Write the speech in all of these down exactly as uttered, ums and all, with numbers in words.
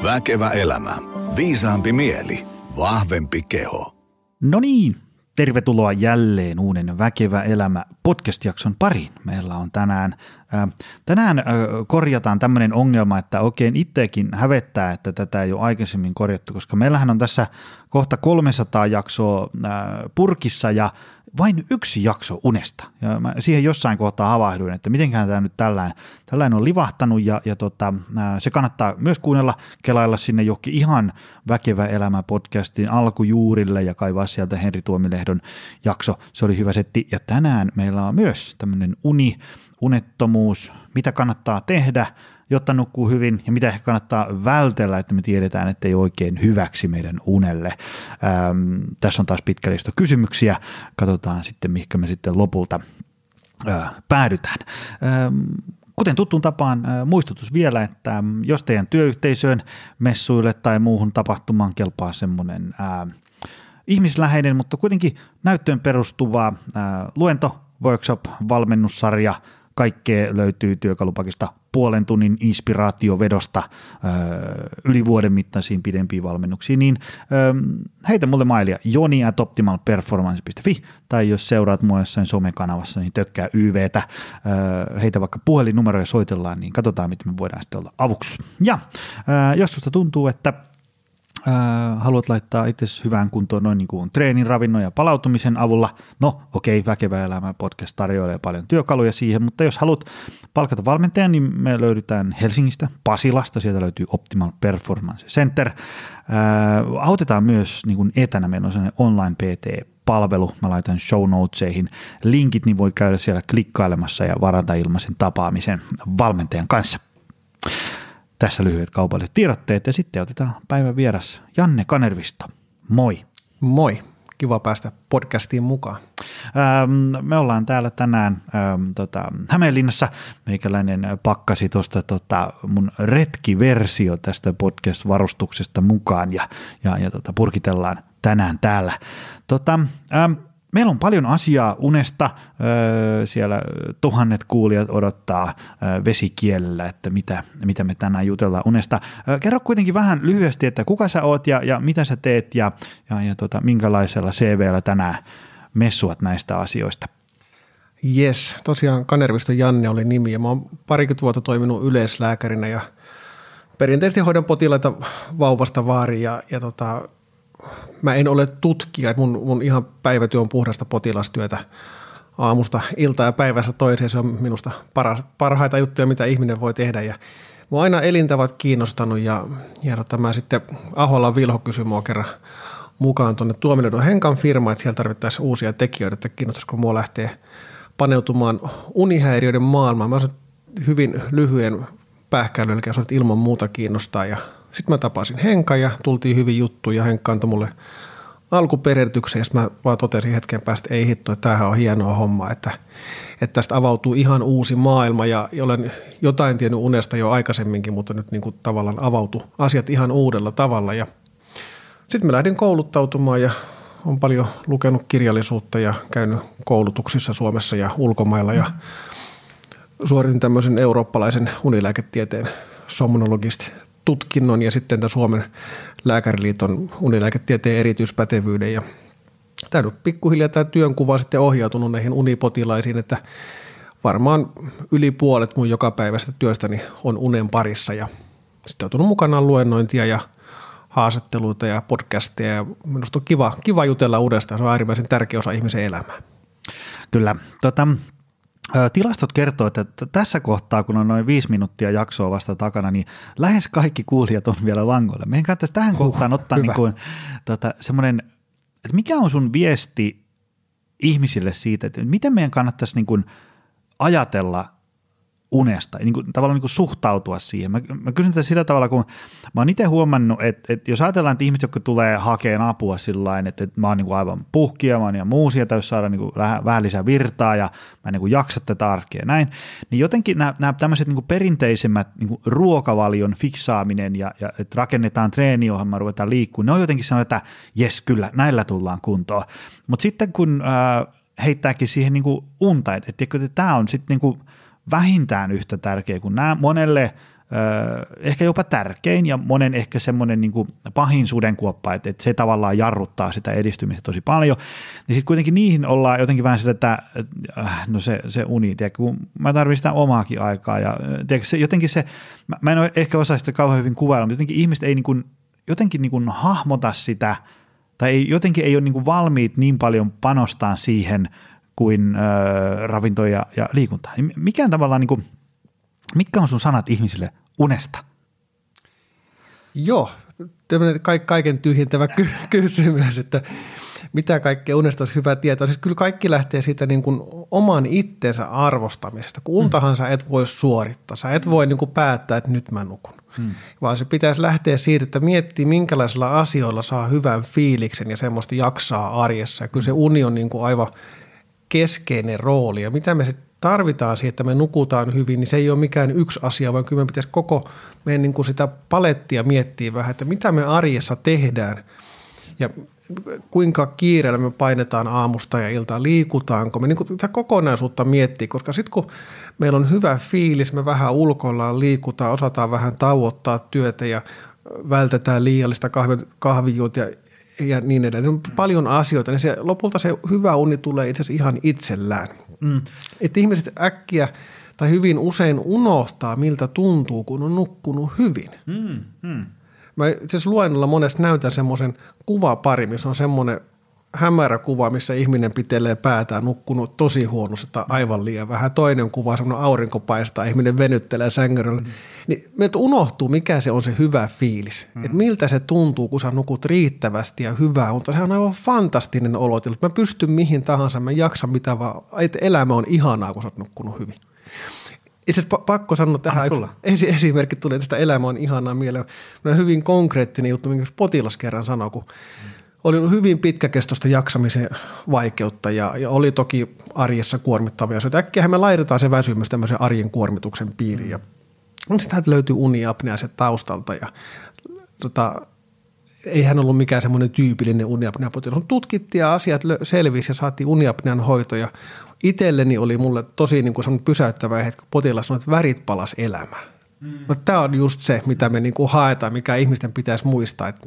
Väkevä elämä. Viisaampi mieli. Vahvempi keho. No niin, tervetuloa jälleen uuden Väkevä elämä podcast-jakson pariin. Meillä on tänään, äh, tänään äh, korjataan tämmöinen ongelma, että oikein itsekin hävettää, että tätä ei ole aikaisemmin korjattu, koska meillähän on tässä kohta kolmesataa jaksoa äh, purkissa ja vain yksi jakso unesta. Ja mä siihen jossain kohtaa havahduin, että mitenkään tämä nyt tällainen, tällainen on livahtanut ja, ja tota, se kannattaa myös kuunnella, kelailla sinne johonkin ihan Väkevä elämä podcastin alkujuurille ja kaivaa sieltä Henri Tuomilehdon jakso. Se oli hyvä setti ja tänään meillä on myös tämmöinen uni, unettomuus, mitä kannattaa tehdä, jotta nukkuu hyvin ja mitä ehkä kannattaa vältellä, että me tiedetään, että ei oikein hyväksi meidän unelle. Ähm, tässä on taas pitkä lista kysymyksiä. Katsotaan sitten, mihinkä me sitten lopulta äh, päädytään. Ähm, Kuten tuttuun tapaan, äh, muistutus vielä, että ähm, jos teidän työyhteisöön, messuille tai muuhun tapahtumaan kelpaa semmoinen äh, ihmisläheinen, mutta kuitenkin näyttöön perustuva äh, luento, workshop, valmennussarja, kaikkea löytyy työkalupakista puolen tunnin inspiraatiovedosta yli vuoden mittaisiin pidempiin valmennuksiin, niin heitä mulle mailia joni at optimal performance piste fi tai jos seuraat mua jossain somekanavassa, niin tökkää Y V:tä, heitä vaikka puhelinnumeroja soitellaan, niin katsotaan, miten me voidaan sitten olla avuksi. Ja jos susta tuntuu, että Äh, haluat laittaa itsesi hyvään kuntoon noin niin kuin treenin, ravinnon ja palautumisen avulla, no okei, okay, Väkevä elämä podcast tarjoilee paljon työkaluja siihen, mutta jos haluat palkata valmentajan, niin me löydetään Helsingistä, Pasilasta, sieltä löytyy Optimal Performance Center. Äh, autetaan myös niin kuin etänä, meillä on sellainen online P T-palvelu, mä laitan show notesihin linkit, niin voi käydä siellä klikkailemassa ja varata ilmaisen tapaamisen valmentajan kanssa. Tässä lyhyet kaupalliset tiedotteet ja sitten otetaan päivän vieras Janne Kanervisto. Moi. Moi. Kiva päästä podcastiin mukaan. Ähm, me ollaan täällä tänään ähm, tota, Hämeenlinnassa. Meikäläinen pakkasi tuosta tota, mun retkiversio tästä podcast-varustuksesta mukaan ja, ja, ja tota, purkitellaan tänään täällä. Tota, ähm, Meillä on paljon asiaa unesta, siellä tuhannet kuulijat odottaa vesikielellä, että mitä, mitä me tänään jutellaan unesta. Kerro kuitenkin vähän lyhyesti, että kuka sä oot ja, ja mitä sä teet ja, ja, ja tota, minkälaisella C V:llä tänään messuat näistä asioista. Jes, tosiaan Kanervisto Janne oli nimi ja mä oon parikymmentä vuotta toiminut yleislääkärinä ja perinteisesti hoidan potilaita vauvasta vaariin ja, ja tota, mä en ole tutkija, että mun, mun ihan päivätyö on puhdasta potilastyötä aamusta iltaa ja päivässä toiseen. Se on minusta paras, parhaita juttuja, mitä ihminen voi tehdä. Ja mua aina elintavat kiinnostanut ja, ja tota, mä sitten Aholla Vilho kysyi mua kerran mukaan tuonne Tuomilehdon Henkan firmaan, että siellä tarvittaisiin uusia tekijöitä, että kiinnostaisiko mua lähteä paneutumaan unihäiriöiden maailmaan. Mä olen hyvin lyhyen pähkäilyllä, ja sanoin, että ilman muuta kiinnostaa ja sitten mä tapasin Henkan ja tultiin hyvin juttuja ja Henkka antoi mulle alkuperehdytyksen ja mä vaan totesin hetken päästä, että ei hitto, että tämähän on hienoa hommaa, että, että tästä avautuu ihan uusi maailma ja olen jotain tiennyt unesta jo aikaisemminkin, mutta nyt niin kuin tavallaan avautui asiat ihan uudella tavalla ja sitten mä lähdin kouluttautumaan ja olen paljon lukenut kirjallisuutta ja käynyt koulutuksissa Suomessa ja ulkomailla ja suoritin tämmöisen eurooppalaisen unilääketieteen somnologista tutkinnon ja sitten tämän Suomen lääkäriliiton unilääketieteen erityispätevyyden ja tämä pikkuhiljaa tämä työnkuva sitten ohjautunut näihin unipotilaisiin, että varmaan yli puolet mun jokapäiväisestä työstäni on unen parissa ja sitten on tullut mukanaan luennointia ja haastatteluita ja podcasteja ja minusta on kiva, kiva jutella uudestaan, se on äärimmäisen tärkeä osa ihmisen elämää. Kyllä, tota... Tilastot kertoo, että tässä kohtaa, kun on noin viisi minuuttia jaksoa vasta takana, niin lähes kaikki kuulijat on vielä langoilla. Meidän kannattaisi tähän kohtaan uh, ottaa niin kuin, tota, semmoinen, että mikä on sun viesti ihmisille siitä, että miten meidän kannattaisi niin kuin ajatella unesta, niin kuin, tavallaan niin kuin suhtautua siihen. Mä, mä kysyn tätä sillä tavalla, kun mä oon itse huomannut, että, että jos ajatellaan, että ihmiset, jotka tulee hakemaan apua sillain, että, että mä oon niin kuin aivan puhkia, mä oon ihan muusia, täytyy saada niin kuin vähän lisää virtaa ja mä en niin kuin jaksa tätä arkea ja näin, niin jotenkin nämä, nämä tämmöiset niin kuin perinteisemmät niin kuin ruokavalion fiksaaminen ja, ja että rakennetaan treeniohjelmaa, ruvetaan liikkumaan, ne on jotenkin sanonut, että jes, kyllä, näillä tullaan kuntoon. Mutta sitten kun äh, heittääkin siihen niin kuin unta, että, että, että tämä on sitten niin kuin vähintään yhtä tärkeä kuin nämä monelle ehkä jopa tärkein ja monen ehkä semmoinen niin kuin pahin sudenkuoppa, että, että se tavallaan jarruttaa sitä edistymistä tosi paljon, niin sitten kuitenkin niihin ollaan jotenkin vähän sillä, että äh, no se, se uni, tiedätkö, kun mä tarvitsen sitä omaakin aikaa ja tiedätkö, se, jotenkin se, mä, mä en ole ehkä osaa sitä kauhean hyvin kuvailla, mutta jotenkin ihmiset ei niin kuin, jotenkin niin kuin hahmota sitä, tai ei, jotenkin ei ole niin kuin valmiit niin paljon panostaa siihen kuin äh, ravinto ja, ja liikunta. Mikään tavallaan niin kuin, mitkä on sun sanat ihmisille unesta? Joo, tämmöinen kaiken tyhjentävä ky- kysymys, että mitä kaikkea unesta olisi hyvä tietää. Siis kyllä kaikki lähtee siitä niin kuin oman itsensä arvostamisesta, kun untahan mm. sä et voi suorittaa. Sä et voi niin kuin päättää, että nyt mä nukun, mm. vaan se pitäisi lähteä siitä, että miettii minkälaisilla asioilla saa hyvän fiiliksen ja semmoista jaksaa arjessa. Ja kyllä se uni on niin kuin aivan keskeinen rooli ja mitä me sitten tarvitaan siihen, että me nukutaan hyvin, niin se ei ole mikään yksi asia, vaan kyllä me pitäisi koko meidän niin kuin sitä palettia miettiä vähän, että mitä me arjessa tehdään ja kuinka kiireellä me painetaan aamusta ja iltaan, liikutaanko me niin kuin tätä kokonaisuutta miettiä, koska sitten kun meillä on hyvä fiilis, me vähän ulkoillaan, liikutaan, osataan vähän tauottaa työtä ja vältetään liiallista kahvijuontia ja niin edelleen. On paljon asioita, niin se, lopulta se hyvä uni tulee itse asiassa ihan itsellään. Mm. Että ihmiset äkkiä tai hyvin usein unohtaa, miltä tuntuu, kun on nukkunut hyvin. Mm. Mm. Mä itse asiassa luennolla monesti näytän semmoisen kuvapari, missä on semmoinen hämärä kuva, missä ihminen pitelee päätään, nukkunut tosi huonosti tai aivan liian vähän. Toinen kuva, semmoinen aurinko paistaa, ihminen venyttelee sängyrillä. Mm. Niin meiltä unohtuu, mikä se on se hyvä fiilis. Mm. Että miltä se tuntuu, kun sä nukut riittävästi ja hyvää. Mutta se on aivan fantastinen olotila. Mä pystyn mihin tahansa, mä jaksan mitä vaan. Että elämä on ihanaa, kun sä oot nukkunut hyvin. Itse asiassa pakko sanoa tähän yksi esimerkki tuli, että sitä elämä on ihanaa mieleen. Hyvin konkreettinen juttu, minkä potilas kerran sanoi, kun mm. oli ollut hyvin pitkäkestoista jaksamisen vaikeutta ja, ja oli toki arjessa kuormittavia asioita. Äkkiähän me laitetaan se väsymys tämmöisen arjen kuormituksen piiriin. Ja sitten löytyy uniapnea se taustalta ja tota, ei hän ollut mikään semmoinen tyypillinen uniapnea-potilas. Tutkittiin ja asiat selvisi ja saatiin uniapnean hoito ja itselleni oli mulle tosi niin kuin semmoinen pysäyttävä hetki, kun potilas sanoi, että värit palas elämää. Mm. No, tämä on just se, mitä me niin kuin haetaan, mikä ihmisten pitäisi muistaa, että,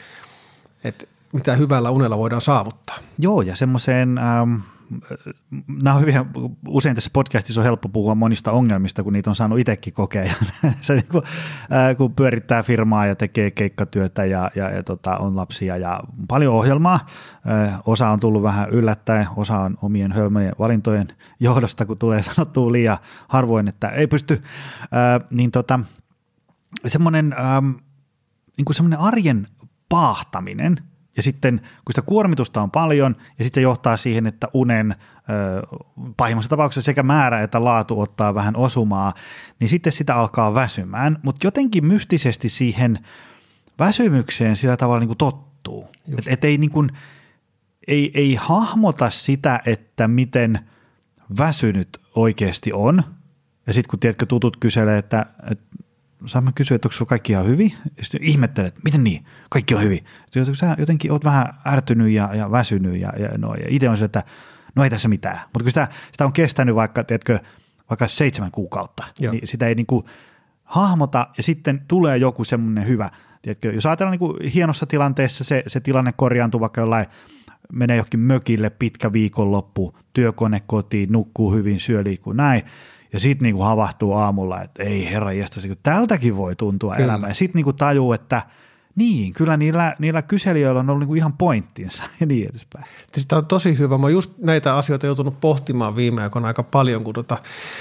että mitä hyvällä unella voidaan saavuttaa. Joo, ja semmoiseen, ähm, nämä on hyvin, usein tässä podcastissa on helppo puhua monista ongelmista, kun niitä on saanut itsekin kokea. Se, niin kuin, äh, kun pyörittää firmaa ja tekee keikkatyötä ja, ja, ja tota, on lapsia ja paljon ohjelmaa. Äh, osa on tullut vähän yllättäen, osa on omien hölmöjen valintojen johdosta, kun tulee sanottua liian harvoin, että ei pysty. Äh, niin tota, semmoinen, ähm, niin kuin semmoinen arjen paahtaminen, ja sitten kun sitä kuormitusta on paljon ja sitten se johtaa siihen, että unen ö, pahimmassa tapauksessa sekä määrä että laatu ottaa vähän osumaa, niin sitten sitä alkaa väsymään, mutta jotenkin mystisesti siihen väsymykseen sillä tavalla niin kuin tottuu. Että et ei, niin kuin, ei, ei hahmota sitä, että miten väsynyt oikeasti on. Ja sitten kun tiedätkö, tutut kyselee, että, että saan mä kysyä, että onko sulla kaikki ihan hyvin? Ja sitten ihmettelet, että miten niin? Kaikki on hyvin. Sitten sä jotenkin oot vähän ärtynyt ja, ja väsynyt ja, ja, no, ja itse on se, että no ei tässä mitään. Mutta kun sitä, sitä on kestänyt vaikka, tiedätkö, vaikka seitsemän kuukautta, Joo. niin sitä ei niin kuin hahmota ja sitten tulee joku semmoinen hyvä. Tiedätkö, jos ajatellaan niin kuin hienossa tilanteessa se, se tilanne korjaantuu vaikka jollain, menee johonkin mökille pitkä viikonloppu, työkone kotiin, nukkuu hyvin, syö, liikkuu, näin. Ja sitten niinku havahtuu aamulla, että ei herra jästä, tältäkin voi tuntua kyllä. elämä. Ja sitten niinku tajuu, että niin, kyllä niillä, niillä kyselijöillä on ollut niinku ihan pointtinsa ja niin edespäin. Tämä on tosi hyvä. Mä oon just näitä asioita joutunut pohtimaan viime aikoina aika paljon, kun tota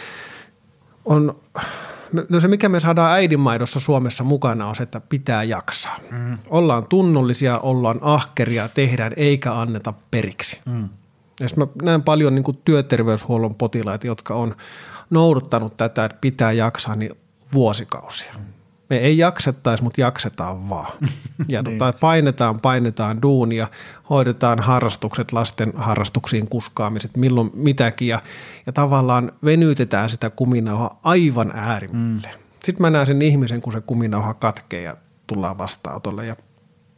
on, no se mikä me saadaan äidinmaidossa Suomessa mukana on se, että pitää jaksaa. Mm. Ollaan tunnollisia, ollaan ahkeria, tehdään eikä anneta periksi. Mm. Ja mä näen paljon niinku työterveyshuollon potilaita, jotka on noudattanut tätä, että pitää jaksaa, niin vuosikausia. Me ei jaksettaisi, mutta jaksetaan vaan. Ja niin. tota, painetaan, painetaan duunia, hoidetaan harrastukset, lasten harrastuksiin kuskaamiset, milloin mitäkin, ja, ja tavallaan venytetään sitä kuminauhaa aivan äärimmille. Mm. Sitten mä näen sen ihmisen, kun se kuminauha katkee ja tullaan vastaanotolle. Ja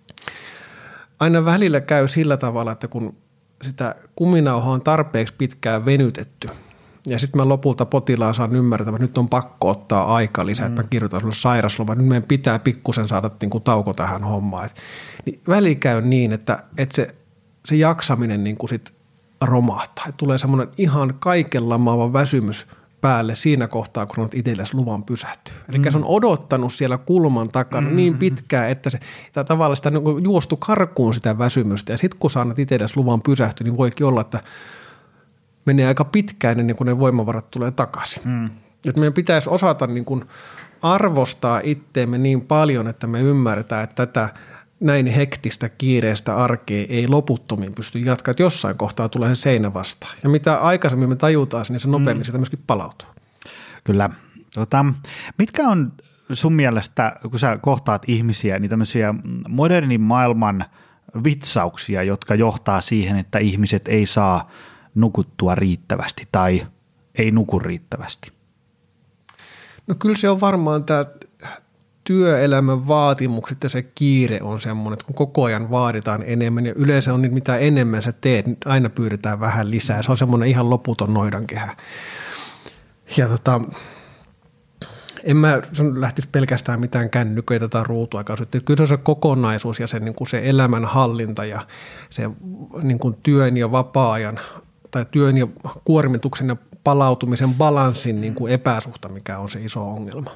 aina välillä käy sillä tavalla, että kun sitä kuminauhaa on tarpeeksi pitkään venytetty, Ja sitten mä lopulta potilaan saan ymmärtää, että nyt on pakko ottaa aika lisää, mm. että mä kirjoitan sulle sairasloma. Nyt meidän pitää pikkusen saada niin kuin tauko tähän hommaan. Et, niin väli käy niin, että, että se, se jaksaminen niin kuin sit romahtaa. Et tulee semmoinen ihan kaiken lamaava väsymys päälle siinä kohtaa, kun olet itsellesi luvan pysähtyä. Eli mm. se on odottanut siellä kulman takana mm. niin pitkään, että se että tavallaan sitä niin juostu karkuun sitä väsymystä. Ja sitten kun sä annat itsellesi luvan pysähtyä, niin voikin olla, että menee aika pitkään ennen kuin ne voimavarat tulee takaisin. Mm. Että meidän pitäisi osata niin kuin arvostaa itteemme niin paljon, että me ymmärretään, että tätä näin hektistä kiireistä arkea ei loputtomiin pysty jatkaa, että jossain kohtaa tulee se seinä vastaan. Ja mitä aikaisemmin me tajutaan, niin se nopeammin mm. sitä myöskin palautuu. Kyllä. Tota, mitkä on sun mielestä, kun sä kohtaat ihmisiä, niin tämmöisiä modernin maailman vitsauksia, jotka johtaa siihen, että ihmiset ei saa nukuttua riittävästi tai ei nuku riittävästi? No kyllä se on varmaan tämä työelämän vaatimukset ja se kiire on semmoinen, että kun koko ajan vaaditaan enemmän ja yleensä on niin, mitä enemmän sä teet, niin aina pyydetään vähän lisää. Se on semmoinen ihan loputon noidankehä. Ja tota, en mä lähtisi pelkästään mitään kännyköitä tai ruutuaikaa. Kyllä se on se kokonaisuus ja se, niin kuin se elämänhallinta ja se niin kuin työn ja vapaa-ajan tai työn ja kuormituksen ja palautumisen balanssin niin kuin epäsuhta, mikä on se iso ongelma.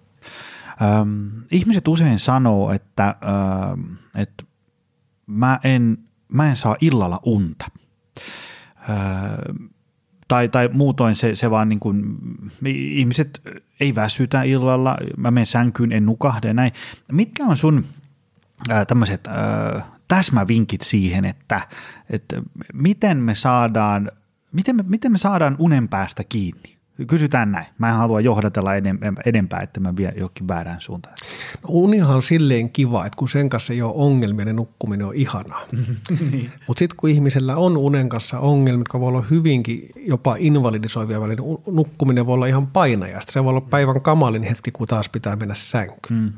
Ähm, ihmiset usein sanoo, että, äh, että mä, en, mä en saa illalla unta. Äh, tai, tai muutoin se, se vaan niin kuin, ihmiset ei väsytä illalla, mä menen sänkyyn, en nukahde ja näin. Mitkä on sun äh, tämmöiset äh, täsmävinkit siihen, että, että miten me saadaan, miten me, miten me saadaan unen päästä kiinni? Kysytään näin. Mä en halua johdatella edempää, että mä vie johonkin väärään suuntaan. No, unihan on silleen kiva, että kun sen kanssa ei ole ongelmia, niin nukkuminen on ihanaa. niin. Mutta sitten kun ihmisellä on unen kanssa ongelmia, jotka voi olla hyvinkin jopa invalidisoivia välillä, niin nukkuminen voi olla ihan painajasta. Se voi olla päivän kamalin hetki, kun taas pitää mennä sänkyyn. Hmm.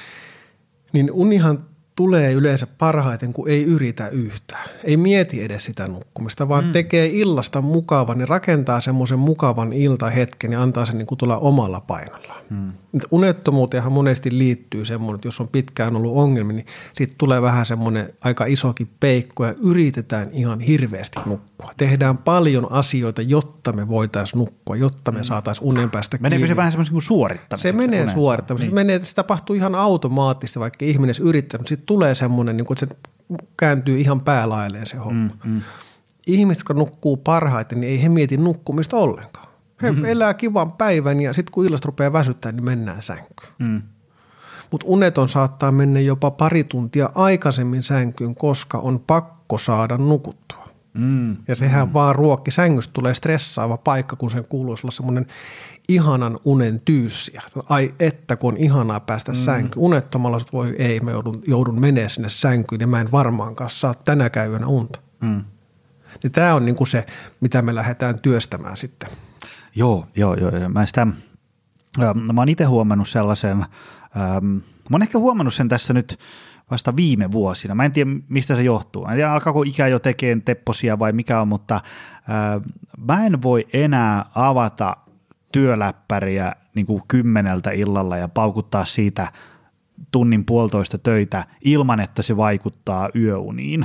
Niin unihan tulee yleensä parhaiten, kun ei yritä yhtään. Ei mieti edes sitä nukkumista, vaan mm. tekee illasta mukavan ja rakentaa semmoisen mukavan iltahetken ja antaa sen niin kuin tulla omalla painollaan. Mm. Unettomuuteenhan monesti liittyy semmoinen, että jos on pitkään ollut ongelmia, niin siitä tulee vähän semmoinen aika isokin peikko ja yritetään ihan hirveästi nukkua. Tehdään paljon asioita, jotta me voitaisiin nukkua, jotta me saataisiin unen päästä kiinni. Meneekö se vähän semmoisen kuin suorittamista? Se menee suorittamista. Niin. Se, menee, se tapahtuu ihan automaattisesti, vaikka ihminen yrittää, mutta sitten tulee semmoinen, niin kuin, että se kääntyy ihan päälailleen se homma. Mm, mm. Ihmiset, jotka nukkuu parhaiten, niin ei he mieti nukkumista ollenkaan. He mm-hmm. elää kivan päivän ja sitten kun illasta rupeaa väsyttää, niin mennään sänkyyn. Mm. Mutta uneton saattaa mennä jopa pari tuntia aikaisemmin sänkyyn, koska on pakko saada nukuttua. Mm. Ja sehän mm. vaan ruokki. Sängystä tulee stressaava paikka, kun sen kuuluisi olla semmoinen ihanan unen tyyssiä. Ai että kun on ihanaa päästä mm. sänkyyn. Unettomalla voi ei, mä joudun, joudun menemään sinne sänkyyn ja mä en varmaankaan saa tänäkään yönä unta. Mm. Ja tämä on niinku se, mitä me lähdetään työstämään sitten. Joo, joo, joo. Mä, sitä, äh, mä oon itse huomannut sellaisen, ähm, mä oon ehkä huomannut sen tässä nyt vasta viime vuosina. Mä en tiedä, mistä se johtuu. Mä en tiedä, alkaako ikä jo tekemään tepposia vai mikä on, mutta äh, mä en voi enää avata työläppäriä niin kuin kymmeneltä illalla ja paukuttaa siitä tunnin puolitoista töitä ilman, että se vaikuttaa yöuniin.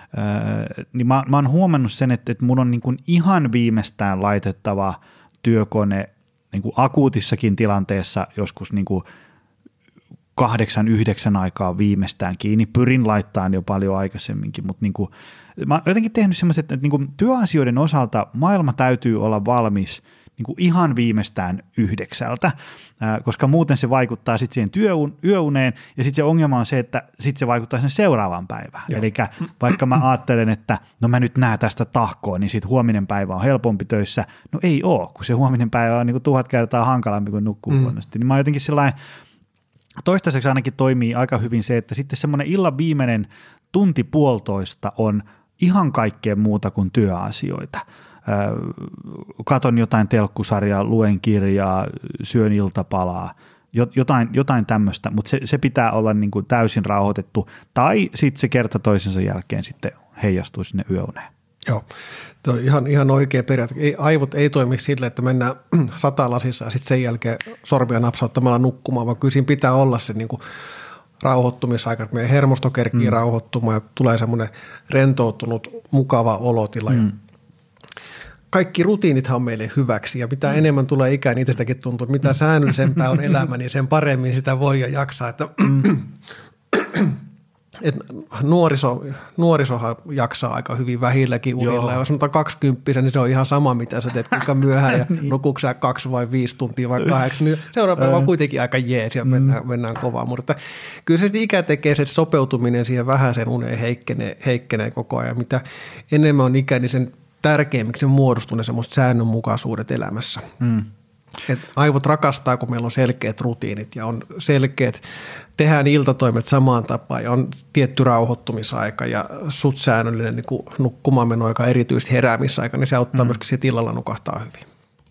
Öö, niin mä, mä oon huomannut sen, että, että mun on niin kuin ihan viimeistään laitettava työkone niin kuin akuutissakin tilanteessa joskus niin kuin kahdeksan, yhdeksän aikaa viimeistään kiinni. Pyrin laittamaan jo paljon aikaisemminkin, mutta niin kuin, mä oon jotenkin tehnyt semmoiset, että niin kuin työasioiden osalta maailma täytyy olla valmis niin kuin ihan viimeistään yhdeksältä, koska muuten se vaikuttaa sitten siihen työun, yöuneen, ja sitten se ongelma on se, että sitten se vaikuttaa sinne seuraavaan päivään. Eli vaikka mä ajattelen, että no mä nyt näen tästä tahkoon, niin sitten huominen päivä on helpompi töissä. No ei ole, kun se huominen päivä on niin kuin tuhat kertaa hankalampi kuin nukkuu huonosti. Mm. Niin mä jotenkin sellainen, toistaiseksi ainakin toimii aika hyvin se, että sitten semmoinen illan viimeinen tunti puolitoista on ihan kaikkea muuta kuin työasioita. Katon jotain telkkusarjaa, luen kirjaa, syön iltapalaa, jotain, jotain tämmöistä, mutta se, se pitää olla niin kuin täysin rauhoitettu, tai sitten se kerta toisensa jälkeen sitten heijastuu sinne yöuneen. Joo, tuo on ihan, ihan oikea periaate. Ei, aivot ei toimi sille, että mennään satalasissa ja sitten sen jälkeen sormia napsauttamalla nukkumaan, vaan kyllä siinä pitää olla se niin kuin rauhoittumisaika, että meidän hermosto kerkii mm. rauhoittumaan ja tulee semmoinen rentoutunut, mukava olotila. Mm. Kaikki rutiinithan on meille hyväksi ja mitä mm. enemmän tulee ikään, niin itsestäkin tuntuu, että mitä säännöllisempää on elämä, niin sen paremmin sitä voi ja jaksaa. Että et nuoriso, nuorisohan jaksaa aika hyvin vähilläkin unilla. Ja jos sanotaan kaksikymppisen, niin se on ihan sama, mitä sä teet kuinka myöhään ja niin. nukuuko sä kaksi vai viisi tuntia vai kahdeksan. Niin seuraava päivä on kuitenkin aika jees ja mennään, mennään kovaa. Mutta kyllä se ikä tekee, se sopeutuminen siihen vähäiseen uneen heikkenee, heikkenee koko ajan. Mitä enemmän on ikä, niin sen tärkeimmiksi muodostuu ne semmoiset säännönmukaisuudet elämässä. Mm. Et aivot rakastaa, kun meillä on selkeät rutiinit ja on selkeät, tehdään iltatoimet samaan tapaan ja on tietty rauhoittumisaika ja sut säännöllinen niin nukkumaanmenoaika, erityisesti heräämisaika, niin se auttaa mm. myöskin se tilalla nukahtaa hyvin.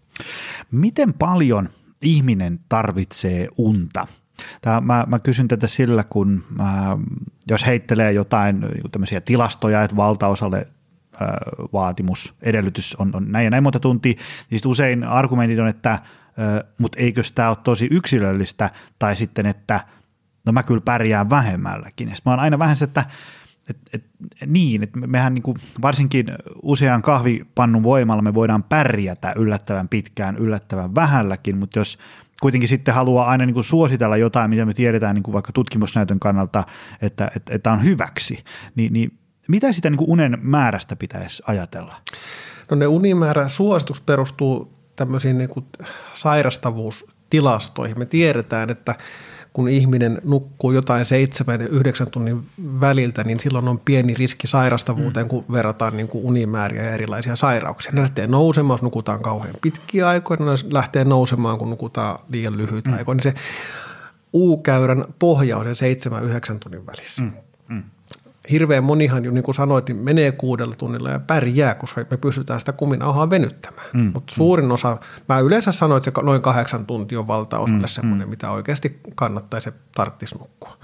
Miten paljon ihminen tarvitsee unta? Tämä, mä, mä kysyn tätä sillä, kun mä, jos heittelee jotain tämmöisiä tilastoja, että valtaosalle vaatimus, edellytys on, on näin ja näin monta tuntia, niin usein argumentit on, että mutta eikö tämä ole tosi yksilöllistä, tai sitten, että no mä kyllä pärjään vähemmälläkin. Ja mä oon aina vähän se, että et, et, niin, että mehän niin kuin varsinkin usean kahvipannun voimalla me voidaan pärjätä yllättävän pitkään, yllättävän vähälläkin, mutta jos kuitenkin sitten haluaa aina niin kuin suositella jotain, mitä me tiedetään niin kuin vaikka tutkimusnäytön kannalta, että, että, että on hyväksi, niin, niin mitä sitä niin kuin unen määrästä pitäisi ajatella? No ne unimäärä suositus perustuu tämmöisiin niin kuin sairastavuustilastoihin. Me tiedetään, että kun ihminen nukkuu jotain seitsemän ja yhdeksän tunnin väliltä, niin silloin on pieni riski sairastavuuteen, mm. kun verrataan niin kuin unimääriä ja erilaisia sairauksia. Ne lähtee nousemaan, jos nukutaan kauhean pitkiä aikoja, ne lähtee nousemaan, kun nukutaan liian lyhyitä mm. aikoja. Niin se U-käyrän pohja on sen seitsemän yhdeksän tunnin välissä. Mm. Mm. Hirveän monihan, niin kuin sanoit, niin menee kuudella tunnilla ja pärjää, koska me pystytään sitä kuminauhaa venyttämään. Mm, Mutta suurin mm. osa, mä yleensä sanoin, että se noin kahdeksan tuntia on valtaosalle mm, semmoinen, mm. mitä oikeasti kannattaisi ja tarvitsisi nukkua.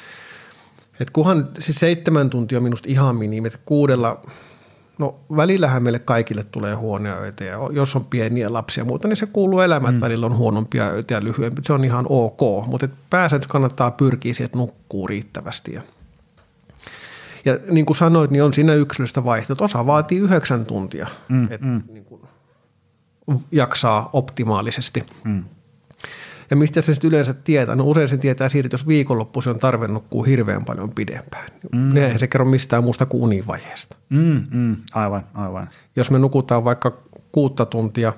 Et kunhan siis seitsemän tuntia on minusta ihan minimi, että kuudella, no välillähän meille kaikille tulee huonoja öitä ja jos on pieniä lapsia ja muuta, niin se kuuluu elämään, mm. että välillä on huonompia öitä ja lyhyempiä, se on ihan ok, mutta pääset kannattaa pyrkiä siihen, että nukkuu riittävästi ja Ja niin kuin sanoit, niin on siinä yksilöstä vaihtoehto. Osa vaatii yhdeksän tuntia, mm, että mm. niin kuin jaksaa optimaalisesti. Mm. Ja mistä se sitten yleensä tietää? No usein se tietää siitä, että jos viikonloppuisin on tarve nukkua hirveän paljon pidempään. Mm. Eihän se kerro mistään muusta kuin univajeesta. Mm, mm, aivan, aivan. Jos me nukutaan vaikka kuutta tuntia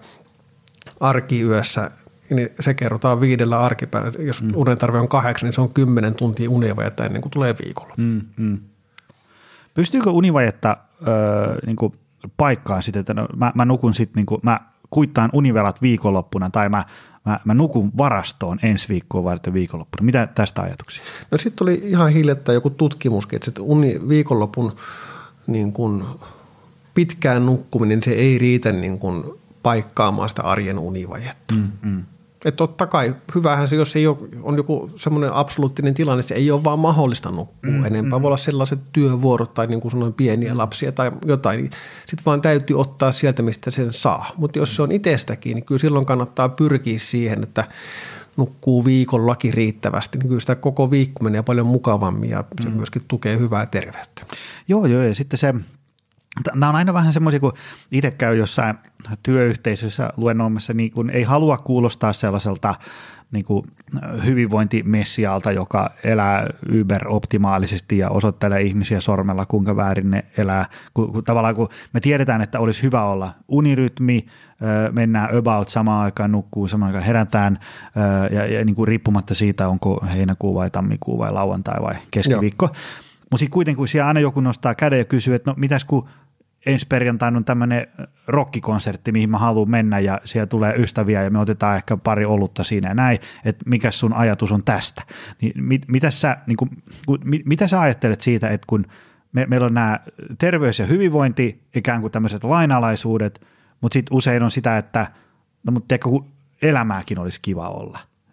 arkiyössä, niin se kerrotaan viidellä arkipäivällä. Jos mm. unen tarve on kahdeksan, niin se on kymmenen tuntia univajetta ennen kuin tulee viikonloppu. Mm, mm. Pystyykö univajetta öö, niin kuin paikkaan sitten, että no, mä, mä nukun sitten, niin kuin, mä kuittaan univelat viikonloppuna tai mä, mä, mä nukun varastoon ensi viikkoa varten viikonloppuna. Mitä tästä ajatuksia? No sitten tuli ihan hiljattain joku tutkimuskin, että uni, viikonlopun niin kuin pitkään nukkuminen, se ei riitä niin kuin paikkaamaan sitä arjen univajetta. Mm, mm. Että totta kai, hyvähän se, jos ei ole, on joku semmoinen absoluuttinen tilanne, se ei ole vaan mahdollista nukkua mm, enempää. Mm. Voi olla sellaiset työvuorot tai niin kuin sanoin pieniä mm. lapsia tai jotain. Sitten vaan täytyy ottaa sieltä, mistä sen saa. Mutta jos se on itsestäkin, niin kyllä silloin kannattaa pyrkiä siihen, että nukkuu viikollakin riittävästi. Niin kyllä sitä koko viikko menee paljon mukavammin ja se mm. myöskin tukee hyvää terveyttä. Joo, joo ja sitten se, nämä on aina vähän semmoisia, kun itse käy jossain työyhteisössä luennoimassa, niin kun ei halua kuulostaa sellaiselta niin kuin hyvinvointimessialta, joka elää yberoptimaalisesti ja osoittelee ihmisiä sormella, kuinka väärin ne elää. Kun, kun, tavallaan kun me tiedetään, että olisi hyvä olla unirytmi, mennään about samaan aikaan, nukkuu samaan aikaan, herätään ja, ja niin kuin riippumatta siitä, onko heinäkuu vai tammikuu vai lauantai vai keskiviikko. Mutta sitten kuitenkin, kun siellä aina joku nostaa käden ja kysyy, että no mitäs kun ensi perjantaina on tämmöinen rockikonsertti, mihin mä haluan mennä ja siellä tulee ystäviä ja me otetaan ehkä pari olutta siinä ja näin, että mikä sun ajatus on tästä. Niin mit, mitä, sä, niin kun, mit, mitä sä ajattelet siitä, että kun me, meillä on nämä terveys ja hyvinvointi, ikään kuin tämmöiset lainalaisuudet, mutta sitten usein on sitä, että no mutta tiedätkö, kun elämääkin olisi kiva olla.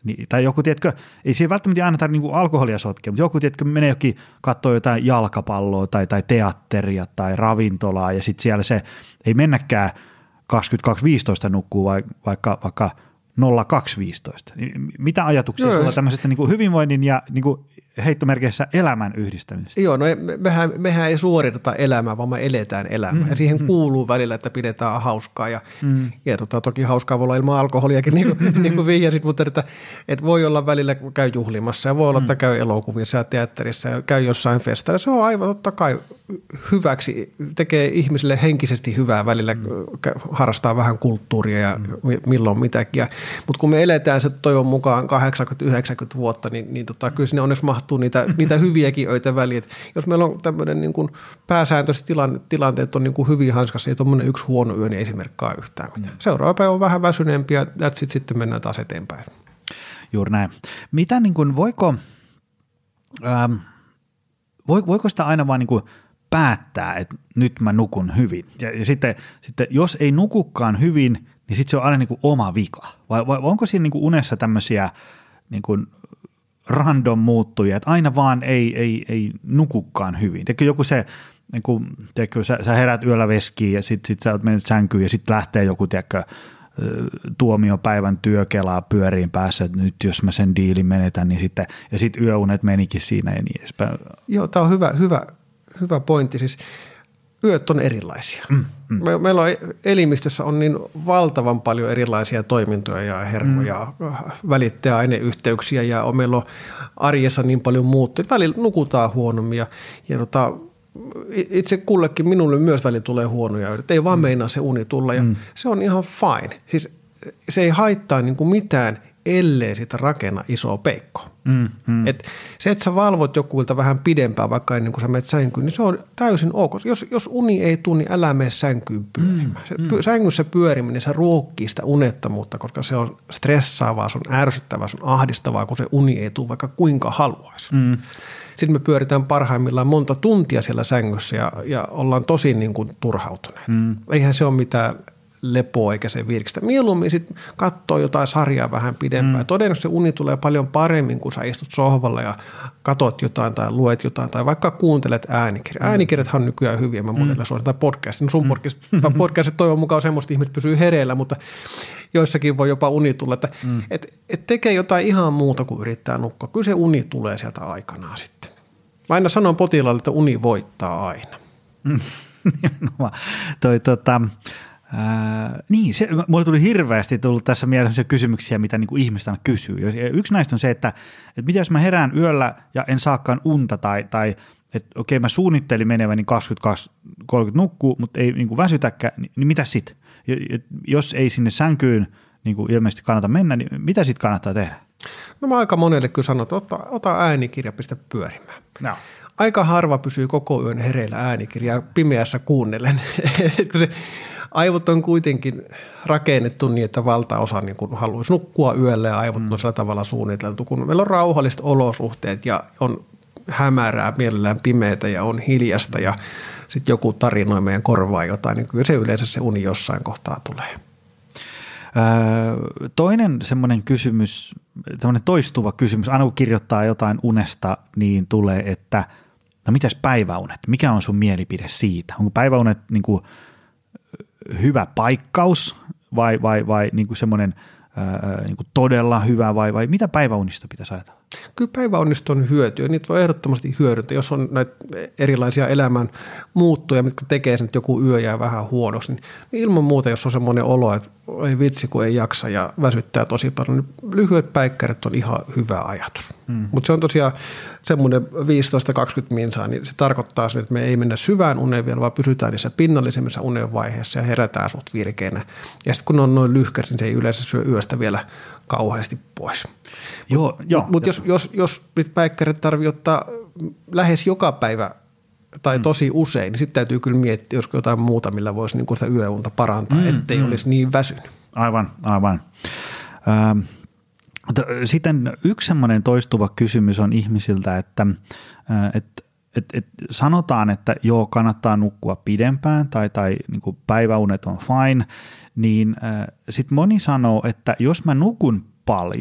Niin, tai joku, tiedätkö, ei siinä välttämättä aina tarvitse niin alkoholia sotkea, mutta joku, tiedätkö, menee jokin katsoa jotain jalkapalloa tai, tai teatteria tai ravintolaa ja sitten siellä se ei mennäkään kaksikymmentäkaksi viisitoista nukkuu vaikka, vaikka nolla kaksi viisitoista. Mitä ajatuksia no, sulla on tämmöisestä niin kuin hyvinvoinnin ja niin kuin heittomerkeissä elämän yhdistämisestä? Joo, no mehän, mehän ei suoriteta elämää, vaan me eletään elämää. Mm, ja siihen mm. kuuluu välillä, että pidetään hauskaa. Ja, mm. ja tota, toki hauskaa voi olla ilman alkoholiakin, niin kuin, niin kuin vihjasit, mutta että, että voi olla välillä, kun käy juhlimassa ja voi olla, että käy elokuvissa ja teatterissa ja käy jossain festailla. Se on aivan totta kai hyväksi, tekee ihmisille henkisesti hyvää välillä, mm. harrastaa vähän kulttuuria ja mm. milloin mitäkin. Mutta kun me eletään se toivon mukaan kahdeksankymmentä yhdeksänkymmentä vuotta, niin, niin tota, kyllä sinne onneksi mahtuu niitä, niitä hyviäkin öitä väliä. Et jos meillä on tämmöinen niin kuin pääsääntöiset tilanne, tilanteet on niin kuin hyvin hanskassa, niin tuommoinen yksi huono yö niin ei esimerkkaa yhtään mitään. Mm. Seuraava päivä on vähän väsyneempi ja that's it, sitten mennään taas eteenpäin. Juuri näin. Mitä niin kuin, voiko, ähm, voiko sitä aina vaan niin kuin päättää, että nyt mä nukun hyvin. Ja, ja sitten, sitten jos ei nukukaan hyvin, niin sitten se on aina niin kuin oma vika. Vai, vai onko siinä niin kuin unessa tämmöisiä niin kuin random muuttujia, että aina vaan ei, ei, ei nukukaan hyvin. Teekö joku se, niin kuin, teekö, sä, sä herät yöllä veskiin ja sitten sit sä oot mennyt sänkyyn ja sitten lähtee joku tiedätkö, tuomiopäivän työkelaa pyöriin päässä, että nyt jos mä sen diilin menetän, niin sitten, ja sitten yöunet menikin siinä ja niin edespäin. Joo, tämä on hyvä, hyvä, hyvä pointti. Siis yöt on erilaisia. Mm, mm. Me, meillä on elimistössä on niin valtavan paljon erilaisia toimintoja ja hermoja, mm. välittäjäaineyhteyksiä ja on, meillä on arjessa niin paljon muuttuja. Välillä nukutaan huonommin ja, ja tota, itse kullekin minulle myös välillä tulee huonoja öitä. Ei vaan mm. meinaa se uni tulla ja mm. se on ihan fine. Siis se ei haittaa niin kuin mitään, ellei sitä rakenna isoa peikkoa. Mm, mm. Et se, että sä valvot jokulta vähän pidempään vaikka ennen kuin sä menet sänkyyn, niin se on täysin ok. Jos, jos uni ei tule, niin älä mene sänkyyn pyörimään. Mm, mm. Sängyssä pyöriminen, se ruokkii sitä unettomuutta, koska se on stressaavaa, se on ärsyttävää, se on ahdistavaa, kun se uni ei tule vaikka kuinka haluaisi. Mm. Sitten me pyöritään parhaimmillaan monta tuntia siellä sängyssä ja, ja ollaan tosi niin kuin turhautuneet. Mm. Eihän se ole mitään lepoa eikä se virkistä. Mieluummin sitten katsoo jotain sarjaa vähän pidempään. Mm. Todennäköisesti se uni tulee paljon paremmin, kun sä istut sohvalla ja katot jotain tai luet jotain tai vaikka kuuntelet äänikirjaa. Mm. Äänikirjathan on nykyään hyviä, mä monella mm. suositan podcastin. No sun mm. podcastit toivon mukaan semmoista ihmiset pysyy hereillä, mutta joissakin voi jopa uni tulla. Että mm. et, et tekee jotain ihan muuta kuin yrittää nukkua. Kyllä se uni tulee sieltä aikanaan sitten. Mä aina sanon potilaalle, että uni voittaa aina. Mm. no, toi tota... Ää, niin, se, mulle tuli hirveästi tullut tässä mielessä kysymyksiä, mitä niin kuin ihmiset aina kysyy. Yksi näistä on se, että, että mitä jos mä herään yöllä ja en saakaan unta tai, tai että okei mä suunnittelin meneväni kaksikymmentäkaksi kolmekymmentä nukkuu, mutta ei niin kuin väsytäkään, niin, niin mitä sitten? Jos ei sinne sänkyyn niin kuin ilmeisesti kannata mennä, niin mitä sitten kannattaa tehdä? No mä aika monelle kyllä sanon, että ota, ota äänikirja, pistä pyörimään. No. Aika harva pysyy koko yön hereillä äänikirjaa pimeässä kuunnellen, kun se aivot on kuitenkin rakennettu niin, että valtaosa niin kun haluaisi nukkua yöllä ja aivot on sillä tavalla suunniteltu, kun meillä on rauhalliset olosuhteet ja on hämärää, mielellään pimeätä ja on hiljasta ja sitten joku tarinoi meidän korvaa jotain, niin kyllä se yleensä se uni jossain kohtaa tulee. Öö, toinen semmoinen kysymys, semmoinen toistuva kysymys, aina kun kirjoittaa jotain unesta, niin tulee, että no mitäs päiväunet, mikä on sun mielipide siitä? Onko päiväunet niin kuin hyvä paikkaus vai, vai, vai niin kuin semmoinen ää, niin kuin todella hyvä vai, vai mitä päiväunista pitäisi ajatella? Kyllä päiväunista on hyötyä, niitä on ehdottomasti hyödyntä. Jos on näitä erilaisia elämän muuttuja, mitkä tekee sen, että joku yö jää vähän huonoksi, niin ilman muuta, jos on semmoinen olo, että ei vitsi, kun ei jaksa ja väsyttää tosi paljon, niin lyhyet päikkärit on ihan hyvä ajatus. Hmm. Mutta se on tosiaan semmoinen viisitoista kaksikymmentä minsaa, niin se tarkoittaa sen, että me ei mennä syvään uneen vielä, vaan pysytään niissä pinnallisemmissa unen vaiheessa ja herätään sut virkeänä. Ja sitten kun on noin lyhkäät, niin se ei yleensä syö yöstä vielä kauheasti pois. Mutta mut jos, jos, jos niitä päikkärit tarvitsee ottaa lähes joka päivä tai tosi usein, niin sitten täytyy kyllä miettiä, josko jotain muuta, millä voisi niinku sitä yöunta parantaa, mm, ettei mm. olisi niin väsynyt. Aivan, aivan. Ähm, sitten yksi semmoinen toistuva kysymys on ihmisiltä, että äh, et, et, et sanotaan, että joo, kannattaa nukkua pidempään tai, tai niinku päiväunet on fine, niin äh, sitten moni sanoo, että jos mä nukun paljon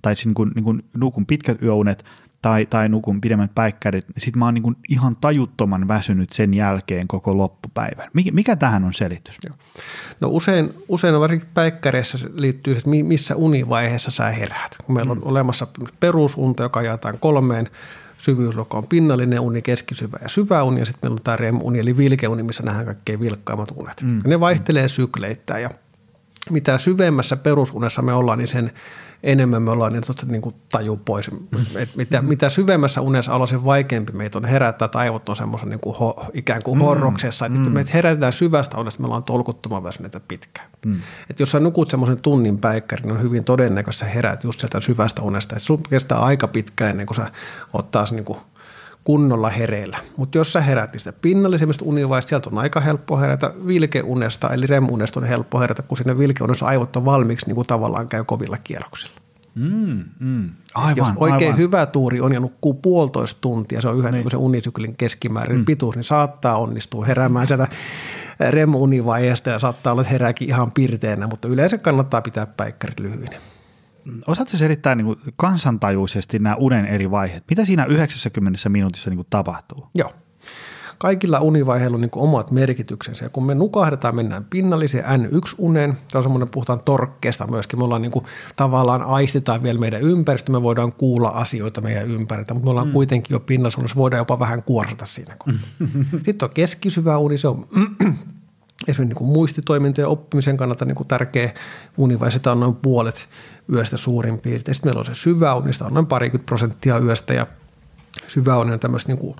tai siis niin kuin, niin kuin nukun pitkät yöunet tai, tai nukun pidemmät päikkärit, sitten mä oon niin kuin ihan tajuttoman väsynyt sen jälkeen koko loppupäivän. Mikä, mikä tähän on selitys? Joo. No usein, usein varsinkin päikkäreissä liittyy, että missä univaiheessa sä heräät. Kun meillä on mm. olemassa perusunta, joka jaetaan kolmeen, syvyysluokka on pinnallinen uni, keskisyvä ja syvä uni, ja sitten meillä on tämä R E M-uni, eli vilkeuni, missä nähdään kaikkein vilkkaimmat unet. Mm. Ne vaihtelee sykleittäin, ja mitä syvemmässä perusunessa me ollaan, niin sen enemmän me ollaan niin, niin kuin taju pois. Et mitä, mitä syvemmässä unessa ollaan, sen vaikeampi meitä on herättää, tai aivot on semmoisen niin kuin ho, ikään kuin horroksessa. Mm. Että mm. meitä herätetään syvästä unesta, me ollaan tolkuttoman väsyneitä pitkään. Mm. Et jos sä nukut semmoisen tunnin päikkärin, niin on hyvin todennäköistä, että sä herät just sieltä syvästä unesta. Et sun kestää aika pitkään ennen kuin sä oot taas niin kuin kunnolla hereillä. Mutta jos sä herät niistä pinnallisemmista univaiheista, sieltä on aika helppo herätä vilkeunesta, eli R E M-unesta on helppo herätä, kun sinne vilkeunessa aivot on valmiiksi, niin kuin tavallaan käy kovilla kierroksilla. Mm, mm. Aivan, jos oikein aivan. hyvä tuuri on ja nukkuu puolitoista tuntia, se on yhden niin. unisyklin keskimäärin mm. pituus, niin saattaa onnistua heräämään sieltä R E M-univaiheesta ja saattaa olla, että herääkin ihan pirteänä, mutta yleensä kannattaa pitää päikkärit lyhyinä. Osaatko selittää niin kuin kansantajuisesti nämä unen eri vaiheet? Mitä siinä yhdeksänkymmentä minuutissa niin kuin tapahtuu? Joo. Kaikilla univaiheilla on niin kuin omat merkityksensä. Ja kun me nukahdetaan, mennään pinnalliseen N yksi uneen. Se on semmoinen, puhutaan torkkeesta myöskin. Me ollaan niin kuin, tavallaan aistitaan vielä meidän ympäristö. Me voidaan kuulla asioita meidän ympäriltä, mutta me ollaan mm. kuitenkin jo pinnallisuudessa. Voidaan jopa vähän kuorsata siinä. Sitten on keskisyvä uni. Se on esimerkiksi niin kuin muistitoimintojen oppimisen kannalta niin kuin tärkeä univaihe. Sitä on noin puolet yöstä suurin piirtein. Sitten meillä on se syvä uni. Sitä on noin parikymmentä prosenttia yöstä ja syvä uni on tämmöistä niin kuin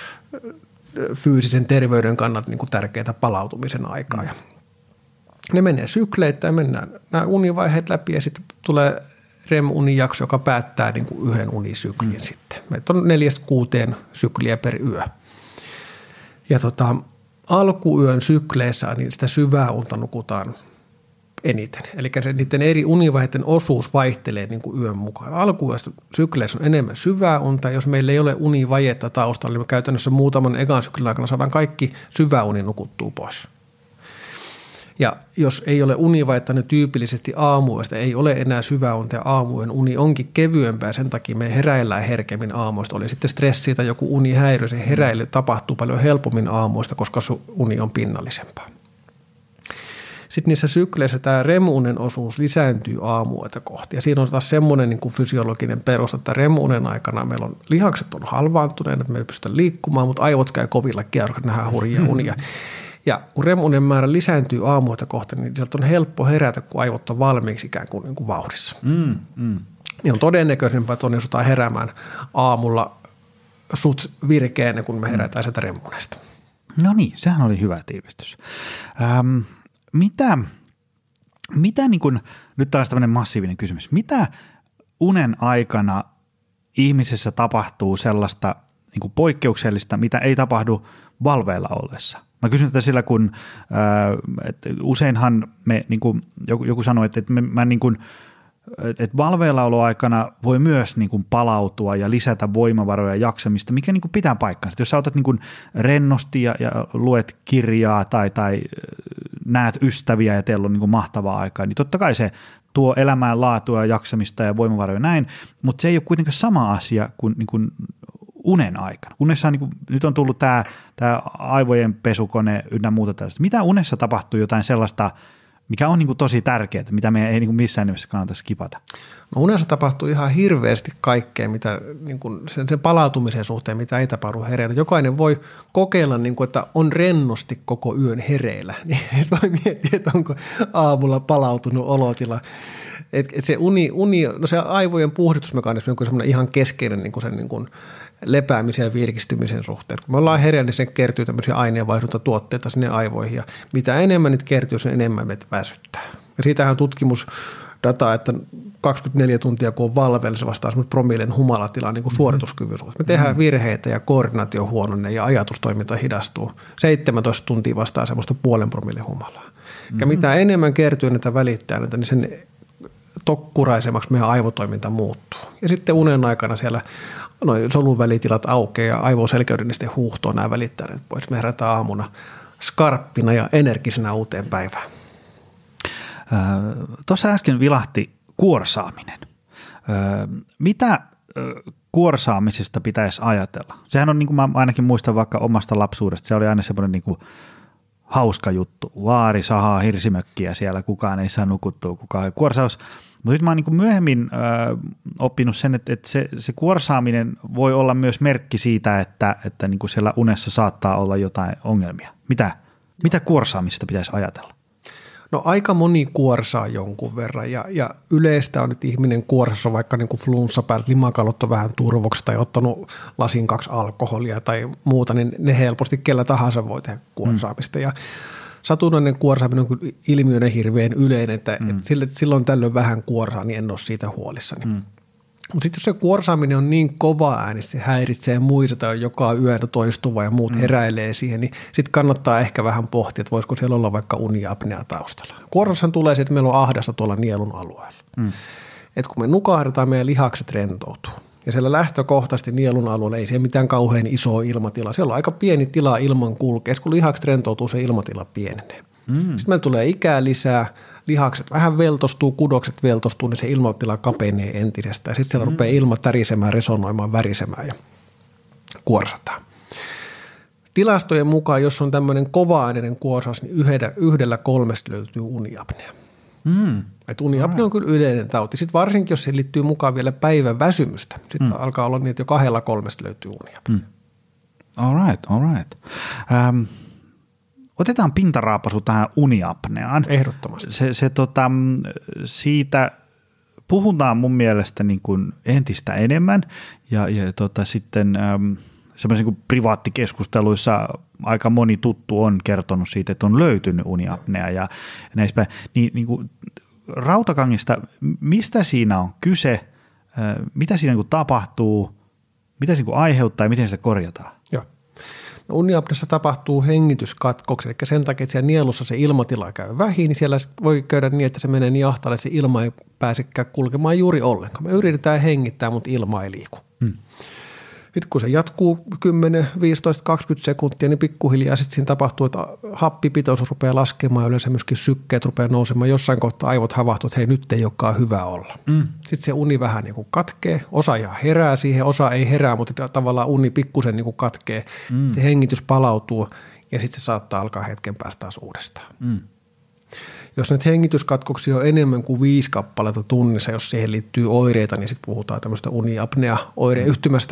fyysisen terveyden kannalta niin kuin tärkeää palautumisen aikaa. Mm. Ne menee sykleittäin, mennään nämä univaiheet läpi ja sitten tulee R E M-unijakso, joka päättää niin kuin yhden unisyklin mm. sitten. Meitä on neljästä kuuteen sykliä per yö. Ja tota, alkuyön sykleissä niin sitä syvää unta nukutaan eniten. Eli se, niiden eri univaiheiden osuus vaihtelee niin kuin yön mukaan. Alkuyöstä sykleissä on enemmän syvää unta. Jos meillä ei ole univajetta taustalla, niin me käytännössä muutaman ekan syklin aikana saadaan kaikki syvä uni nukuttua pois. Ja jos ei ole univajetta, niin tyypillisesti aamuyöstä ei ole enää syvää unta ja aamuyön uni onkin kevyempää. Sen takia me heräillään herkemmin aamuista. Oli sitten stressi tai joku unihäiriö, se heräily tapahtuu paljon helpommin aamuista, koska uni on pinnallisempaa. Sitten niissä sykleissä tämä R E M-unen osuus lisääntyy aamuyötä kohti. Ja siinä on taas semmoinen niin kuin fysiologinen perusta, että R E M-unen aikana meillä on lihakset on halvaantuneet, että me ei pystytä liikkumaan, mutta aivot käy kovilla kierroksilla, nähdään hurjia unia. Ja kun R E M-unen määrä lisääntyy aamuyötä kohti, niin sieltä on helppo herätä, kun aivot on valmiiksi ikään kuin, niin kuin vauhdissa. Mm, mm. Niin on todennäköisempää, että onnistutaan heräämään aamulla sut virkeänä, kun me herätään sieltä R E M-unesta. No niin, sehän oli hyvä tiivistys. Ähm. Mitä, mitä niin kuin, nyt taas tämmöinen massiivinen kysymys, mitä unen aikana ihmisessä tapahtuu sellaista niin kuin poikkeuksellista, mitä ei tapahdu valveilla ollessa? Mä kysyn tätä sillä, kun äh, että useinhan me, niin kuin joku, joku sanoi, että, että me, mä niin kuin, että valveillaoloaikana voi myös niin kuin palautua ja lisätä voimavaroja ja jaksamista, mikä niin kuin pitää paikkaansa. Jos sä otat niin kuin rennosti ja, ja luet kirjaa tai, tai näet ystäviä ja teillä on niin kuin mahtavaa aikaa, niin totta kai se tuo elämään laatua ja jaksamista ja voimavaroja näin, mutta se ei ole kuitenkaan sama asia kuin, niin kuin unen aikana. Unessa on, niin kuin, nyt on tullut tämä, tämä aivojen pesukone ynnä muuta tällaista. Mitä unessa tapahtuu jotain sellaista, mikä on niin kuin tosi tärkeää, mitä meidän ei niin kuin missään nimessä kannata skipata? No unessa tapahtuu ihan hirveästi kaikkea, mitä, niin kuin sen, sen palautumisen suhteen, mitä ei tapahdu hereillä. Jokainen voi kokeilla, niin kuin, että on rennosti koko yön hereillä. Niin voi miettiä, että onko aamulla palautunut olotila. Et, et se, uni, uni, no se aivojen puhdistusmekanismi on semmoinen ihan keskeinen niin kuin sen niin kuin lepäämisen ja virkistymisen suhteen. Kun me ollaan hereillä, niin sinne kertyy tämmöisiä aineenvaihdunta-tuotteita sinne aivoihin, ja mitä enemmän niitä kertyy, sen enemmän meitä väsyttää. Ja siitähän on tutkimusdataa, että kaksikymmentäneljä tuntia kun on valveilla, se vastaa semmoinen promillen humalatila niin kuin suorituskyvyn suhteen. Me tehdään virheitä ja koordinaatio huononee ja ajatustoiminta hidastuu. seitsemäntoista tuntia vastaa semmoista puolen promillen humalaa. Mm-hmm. Ja mitä enemmän kertyy näitä välittää näitä, niin sen tokkuraisemmaksi meidän aivotoiminta muuttuu. Ja sitten unen aikana siellä noin soluvälitilat aukeaa ja aivoselkeyden sitten huuhtoo nämä välittäjät pois. Me herätään aamuna skarppina ja energisenä uuteen päivään. Tuossa äsken vilahti kuorsaaminen. Mitä kuorsaamisesta pitäisi ajatella? Sehän on, niin kuin mä ainakin muistan vaikka omasta lapsuudesta, se oli aina semmoinen niin kuin hauska juttu. Vaari sahaa hirsimökkiä siellä, kukaan ei saa nukuttua, kukaan ei kuorsaus. Mutta nyt mä oon niin kuin myöhemmin ö, oppinut sen, että, että se, se kuorsaaminen voi olla myös merkki siitä, että, että niin kuin siellä unessa saattaa olla jotain ongelmia. Mitä, mitä kuorsaamista pitäisi ajatella? No aika moni kuorsaa jonkun verran ja, ja yleistä on, että ihminen kuorsassa vaikka niin kuin flunssa päällä, limakalot on vähän turvoksi tai ottanut lasin kaksi alkoholia tai muuta, niin ne helposti kellä tahansa voi tehdä kuorsaamista. Mm. Ja satunnainen kuorsaaminen on kyllä ilmiönä hirveän yleinen, että, mm. että silloin tällöin vähän kuorsaa, niin en ole siitä huolissani. Mm. Mutta sitten jos se kuorsaaminen on niin kova ääni, se häiritsee muita tai joka yö toistuva ja muut mm. heräilee siihen, niin sitten kannattaa ehkä vähän pohtia, että voisiko siellä olla vaikka uniapnea taustalla. Kuorsassahan tulee se, että meillä on ahdasta tuolla nielun alueella. Mm. Että kun me nukahdetaan, meidän lihakset rentoutuu. Ja siellä lähtökohtaisesti nielun alueella ei siellä mitään kauhean isoa ilmatila. Siellä on aika pieni tila ilman kulkea. Kun lihakset rentoutuu, se ilmatila pienenee. Mm. Sitten meillä tulee ikää lisää. Lihakset vähän veltostuu, kudokset veltostuu, niin se ilmatila kapenee entisestään. Sitten siellä mm. rupeaa ilma tärisemään, resonoimaan, värisemään ja kuorsataan. Tilastojen mukaan, jos on tämmöinen kova-aineinen kuorsaus, niin yhdellä, yhdellä kolmesta löytyy uniapnea. Mm. Että uniapnea on kyllä yleinen tauti. Sitten varsinkin, jos se liittyy mukaan vielä päivän väsymystä, sitten mm. alkaa olla niin, että jo kahdella kolmesta löytyy uniapnea. Mm. All right, all right. Um. Otetaan pintaraapasu tähän uniapneaan. Ehdottomasti. Se, se, tota, siitä puhutaan mun mielestä niin kuin entistä enemmän ja, ja tota, sitten ähm, semmoisen niin kuin privaattikeskusteluissa aika moni tuttu on kertonut siitä, että on löytynyt uniapnea ja näistä. Niin, niin kuin Rautakangista, mistä siinä on kyse, äh, mitä siinä niin kuin tapahtuu, mitä se niin kuin aiheuttaa ja miten sitä korjataan? Joo. Uniapneassa tapahtuu hengityskatkoksia, eli sen takia, että siellä nielussa se ilmatila käy vähin, niin siellä voi käydä niin, että se menee niin ahtaalle, että se ilma ei pääsekään kulkemaan juuri ollenkaan. Me yritetään hengittää, mutta ilma ei liiku. Hmm. Sitten kun se jatkuu kymmenen, viisitoista, kaksikymmentä sekuntia, niin pikkuhiljaa sitten siinä tapahtuu, että happipitoisuus rupeaa laskemaan ja yleensä myöskin sykkeet rupeaa nousemaan. Jossain kohtaa aivot havahtuu, että hei, nyt ei olekaan hyvä olla. Mm. Sitten se uni vähän niin kuin katkee, osa ihan herää siihen, osa ei herää, mutta tavallaan uni pikkusen niin kuin katkee. Mm. Se hengitys palautuu ja sitten se saattaa alkaa hetken päästä taas uudestaan. Mm. Jos näitä hengityskatkoksia on enemmän kuin viisi kappaletta tunnissa, jos siihen liittyy oireita, niin sitten puhutaan tämmöistä uniapnea-oireyhtymästä.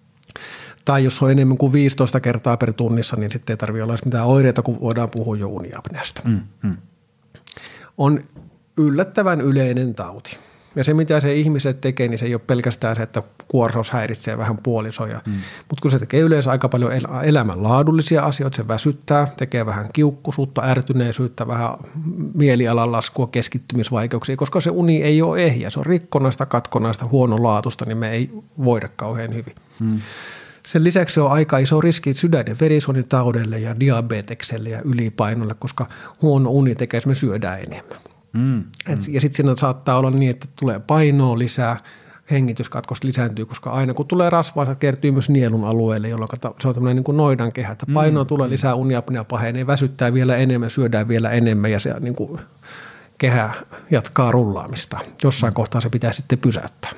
Tai jos on enemmän kuin viisitoista kertaa per tunnissa, niin sitten ei tarvitse olla edes mitään oireita, kun voidaan puhua jo uniapneasta. Mm, mm. On yllättävän yleinen tauti. Ja se, mitä se ihmiset tekee, niin se ei ole pelkästään se, että kuorsaus häiritsee vähän puolisoja. Mm. Mutta kun se tekee yleensä aika paljon elämänlaadullisia asioita, se väsyttää, tekee vähän kiukkuisuutta, ärtyneisyyttä, vähän mielialan laskua, keskittymisvaikeuksia, koska se uni ei ole ehjä. Se on rikkonaista, katkonaista, huonolaatusta, niin me ei voida kauhean hyvin. Mm. Sen lisäksi se on aika iso riski sydän- ja verisuonitaudelle ja diabetekselle ja ylipainolle, koska huono uni tekee, että me syödään enemmän. Mm, mm. Ja sitten siinä saattaa olla niin, että tulee painoa lisää, hengityskatkos lisääntyy, koska aina kun tulee rasvaa, se kertyy myös nielun alueelle, jolloin se on tämmöinen niin kuin noidankehä, että painoa mm, tulee lisää, uniapnea pahenee, väsyttää vielä enemmän, syödään vielä enemmän ja se niin kuin kehä jatkaa rullaamista. Jossain mm. kohtaa se pitää sitten pysäyttää.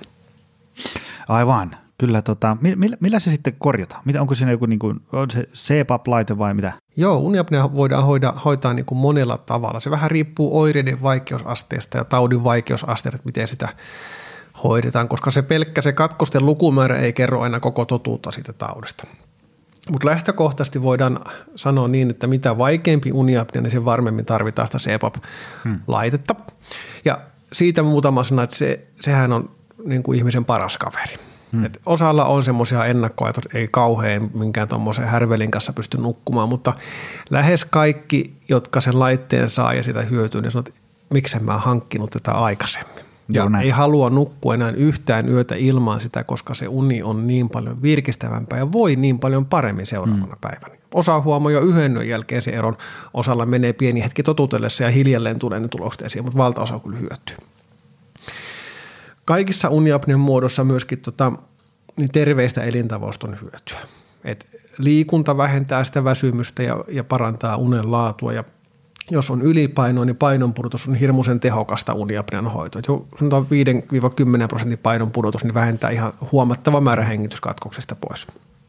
Aivan. Kyllä, tota, millä, millä se sitten korjataan? Mitä, onko siinä joku, niin kuin, on se C PAP-laite vai mitä? Joo, uniapnea voidaan hoida, hoitaa niin kuin monella tavalla. Se vähän riippuu oireiden vaikeusasteesta ja taudin vaikeusasteesta, että miten sitä hoidetaan, koska se pelkkä se katkosten lukumäärä ei kerro aina koko totuutta siitä taudista. Mutta lähtökohtaisesti voidaan sanoa niin, että mitä vaikeampi uniapnea, niin sen varmemmin tarvitaan sitä C PAP-laitetta. Hmm. Ja siitä muutama sana, että se, sehän on niin kuin ihmisen paras kaveri. Hmm. Et osalla on semmoisia ennakkoajatus, ei kauhean minkään tuommoisen härvelin kanssa pysty nukkumaan, mutta lähes kaikki, jotka sen laitteen saa ja sitä hyötyy, niin sanoo, että miksen mä oon hankkinut tätä aikaisemmin. Ja Joo, ei halua nukkua enää yhtään yötä ilman sitä, koska se uni on niin paljon virkistävämpää ja voi niin paljon paremmin seuraavana hmm. päivänä. Osa huomaa jo yhden yön jälkeen se eron, osalla menee pieni hetki totutellessa ja hiljalleen tulee ne tulokset esiin, mutta valtaosa kyllä hyötyy. Kaikissa uniapnean muodossa myöskin tota, niin terveistä elintavoista on hyötyä. Et liikunta vähentää sitä väsymystä ja, ja parantaa unen laatua ja jos on ylipainoa, niin painonpudotus on hirmuisen tehokasta uniapnean hoitoa. Jo viidestä kymmeneen prosentin painonpudotus niin vähentää ihan huomattava määrä hengityskatkoksista pois.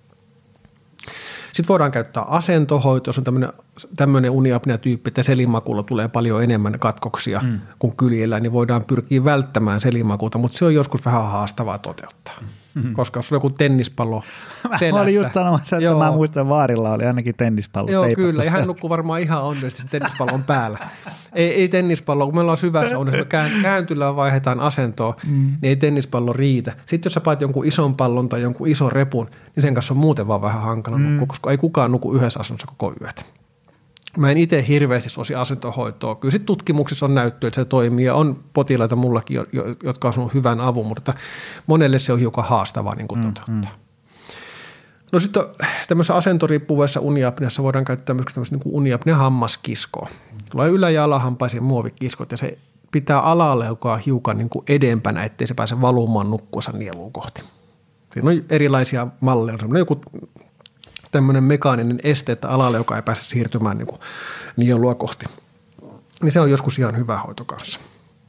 Sitten voidaan käyttää asentohoito, jos on tämmöinen, tämmöinen uniapnea-tyyppi, että selinmakulla tulee paljon enemmän katkoksia mm. kuin kyljellä, niin voidaan pyrkiä välttämään selinmakuuta, mutta se on joskus vähän haastavaa toteuttaa. Mm-hmm. Koska jos on joku tennispallo selässä. Mä olin just sanomassa, että joo. Mä muistan vaarilla oli ainakin tennispallo. Joo, kyllä. Ja hän nukkuu varmaan ihan onnellisesti, että tennispallo on päällä. ei, ei tennispallo, kun meillä on syvässä on, jos me kääntyllä vaihdetaan asentoa, mm. niin ei tennispallo riitä. Sitten jos sä paat jonkun ison pallon tai jonkun ison repun, niin sen kanssa on muuten vaan vähän hankala mm. nukkua, koska ei kukaan nuku yhdessä asennossa koko yötä. Mä en itse hirveästi suosi asentohoitoa. Kyllä sitten tutkimuksissa on näytty, että se toimii ja on potilaita mullakin, jotka on saanut hyvän avun, mutta monelle se on hiukan haastavaa niin kuin toteuttaa. Mm, mm. No sitten tämmöisessä asentoriippuvaisessa uniapneassa voidaan käyttää myös tämmöistä niin kuin uniapnea hammaskiskoa. Tulee ylä- ja alahampaisia muovikiskot ja se pitää alaleukaa hiukan niin kuin edempänä, ettei se pääse valumaan nukkuessa nieluun kohti. Siinä on erilaisia malleja. On joku tämmöinen mekaaninen este, että alaleuka ei pääse siirtymään niin kuin nielua kohti. Niin se on joskus ihan hyvä hoito kanssa.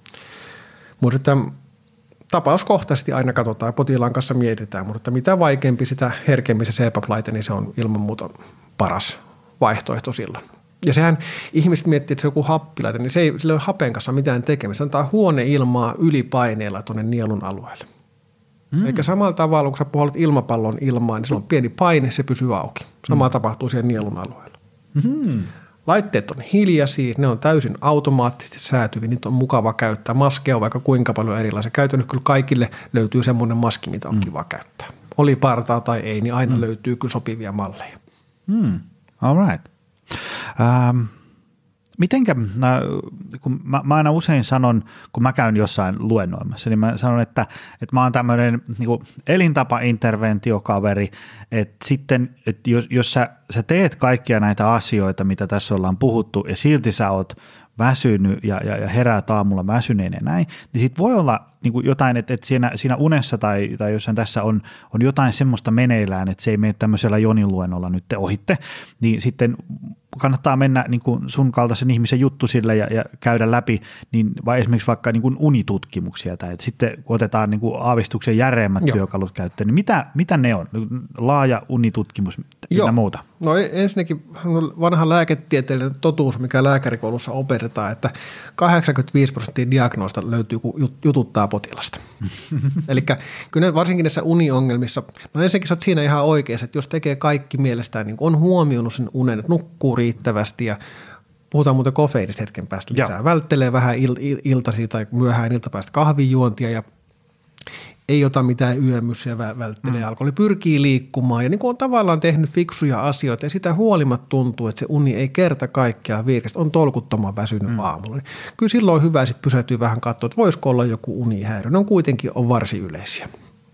Mutta tapauskohtaisesti aina katsotaan, potilaan kanssa mietitään, mutta mitä vaikeampi, sitä herkemmin se C PAP-laite, niin se on ilman muuta paras vaihtoehto silloin. Ja sehän ihmiset miettii, että se on joku happilaite, niin se ei sillä ole hapen kanssa mitään tekemistä. Se antaa huoneilmaa ylipaineella tuonne nielun alueelle. Mm. Eikä samalla tavalla, kun sä puhallat ilmapallon ilmaan, niin se on pieni paine, se pysyy auki. Sama mm. tapahtuu siellä nielun alueella. Mm-hmm. Laitteet on hiljaisia, ne on täysin automaattisesti säätyviä, niitä on mukava käyttää. Maskeja on vaikka kuinka paljon erilaisia. Käytännössä kyllä kaikille löytyy semmoinen maski, mitä on mm. kiva käyttää. Oli partaa tai ei, niin aina mm. löytyy kyllä sopivia malleja. Mm. All right. Um. Mitenkä, kun mä, mä aina usein sanon, kun mä käyn jossain luennoimassa, niin mä sanon, että, että mä oon tämmöinen niin kuin elintapainterventiokaveri, että sitten, että jos, jos sä, sä teet kaikkia näitä asioita, mitä tässä ollaan puhuttu, ja silti sä oot väsynyt ja, ja, ja heräät aamulla väsyneen ja näin, niin sit voi olla niin kuin jotain, että, että siinä, siinä unessa tai, tai jossain tässä on, on jotain semmoista meneillään, että se ei mene tämmöisellä Jonin luennolla nyt ohitte, niin sitten kannattaa mennä niin kuin sun kaltaisen ihmisen juttu sille ja, ja käydä läpi, niin vai esimerkiksi vaikka niin kuin unitutkimuksia tai että sitten kun otetaan niin kuin aavistuksen järeemmät Joo. työkalut käyttöön, niin mitä, mitä ne on? Laaja unitutkimus ja muuta? No ensinnäkin vanha lääketieteellinen totuus, mikä lääkärikoulussa opetetaan, että kahdeksankymmentäviisi prosenttia diagnoosta löytyy, kun jututtaa potilasta. Eli kyllä varsinkin näissä uniongelmissa, no ensinnäkin sä oot siinä ihan oikeassa, että jos tekee kaikki mielestään, niin on huomioinut sen unen, että nukkuu riittävästi ja puhutaan muuten kofeiinista hetken päästä lisää. Joo. Välttelee vähän il, il, iltasi tai myöhään iltapäivästä kahvijuontia ja ei ota mitään yömyssiä, välttelee mm. alkoholi, pyrkii liikkumaan ja niin kuin on tavallaan tehnyt fiksuja asioita ja sitä huolimatta tuntuu, että se uni ei kerta kaikkiaan virkistä, on tolkuttoman väsynyt mm. aamulla. Niin kyllä silloin on hyvä sitten pysähtyä vähän katsoa, että voisiko olla joku unihäiriö. Ne on kuitenkin on varsin yleisiä.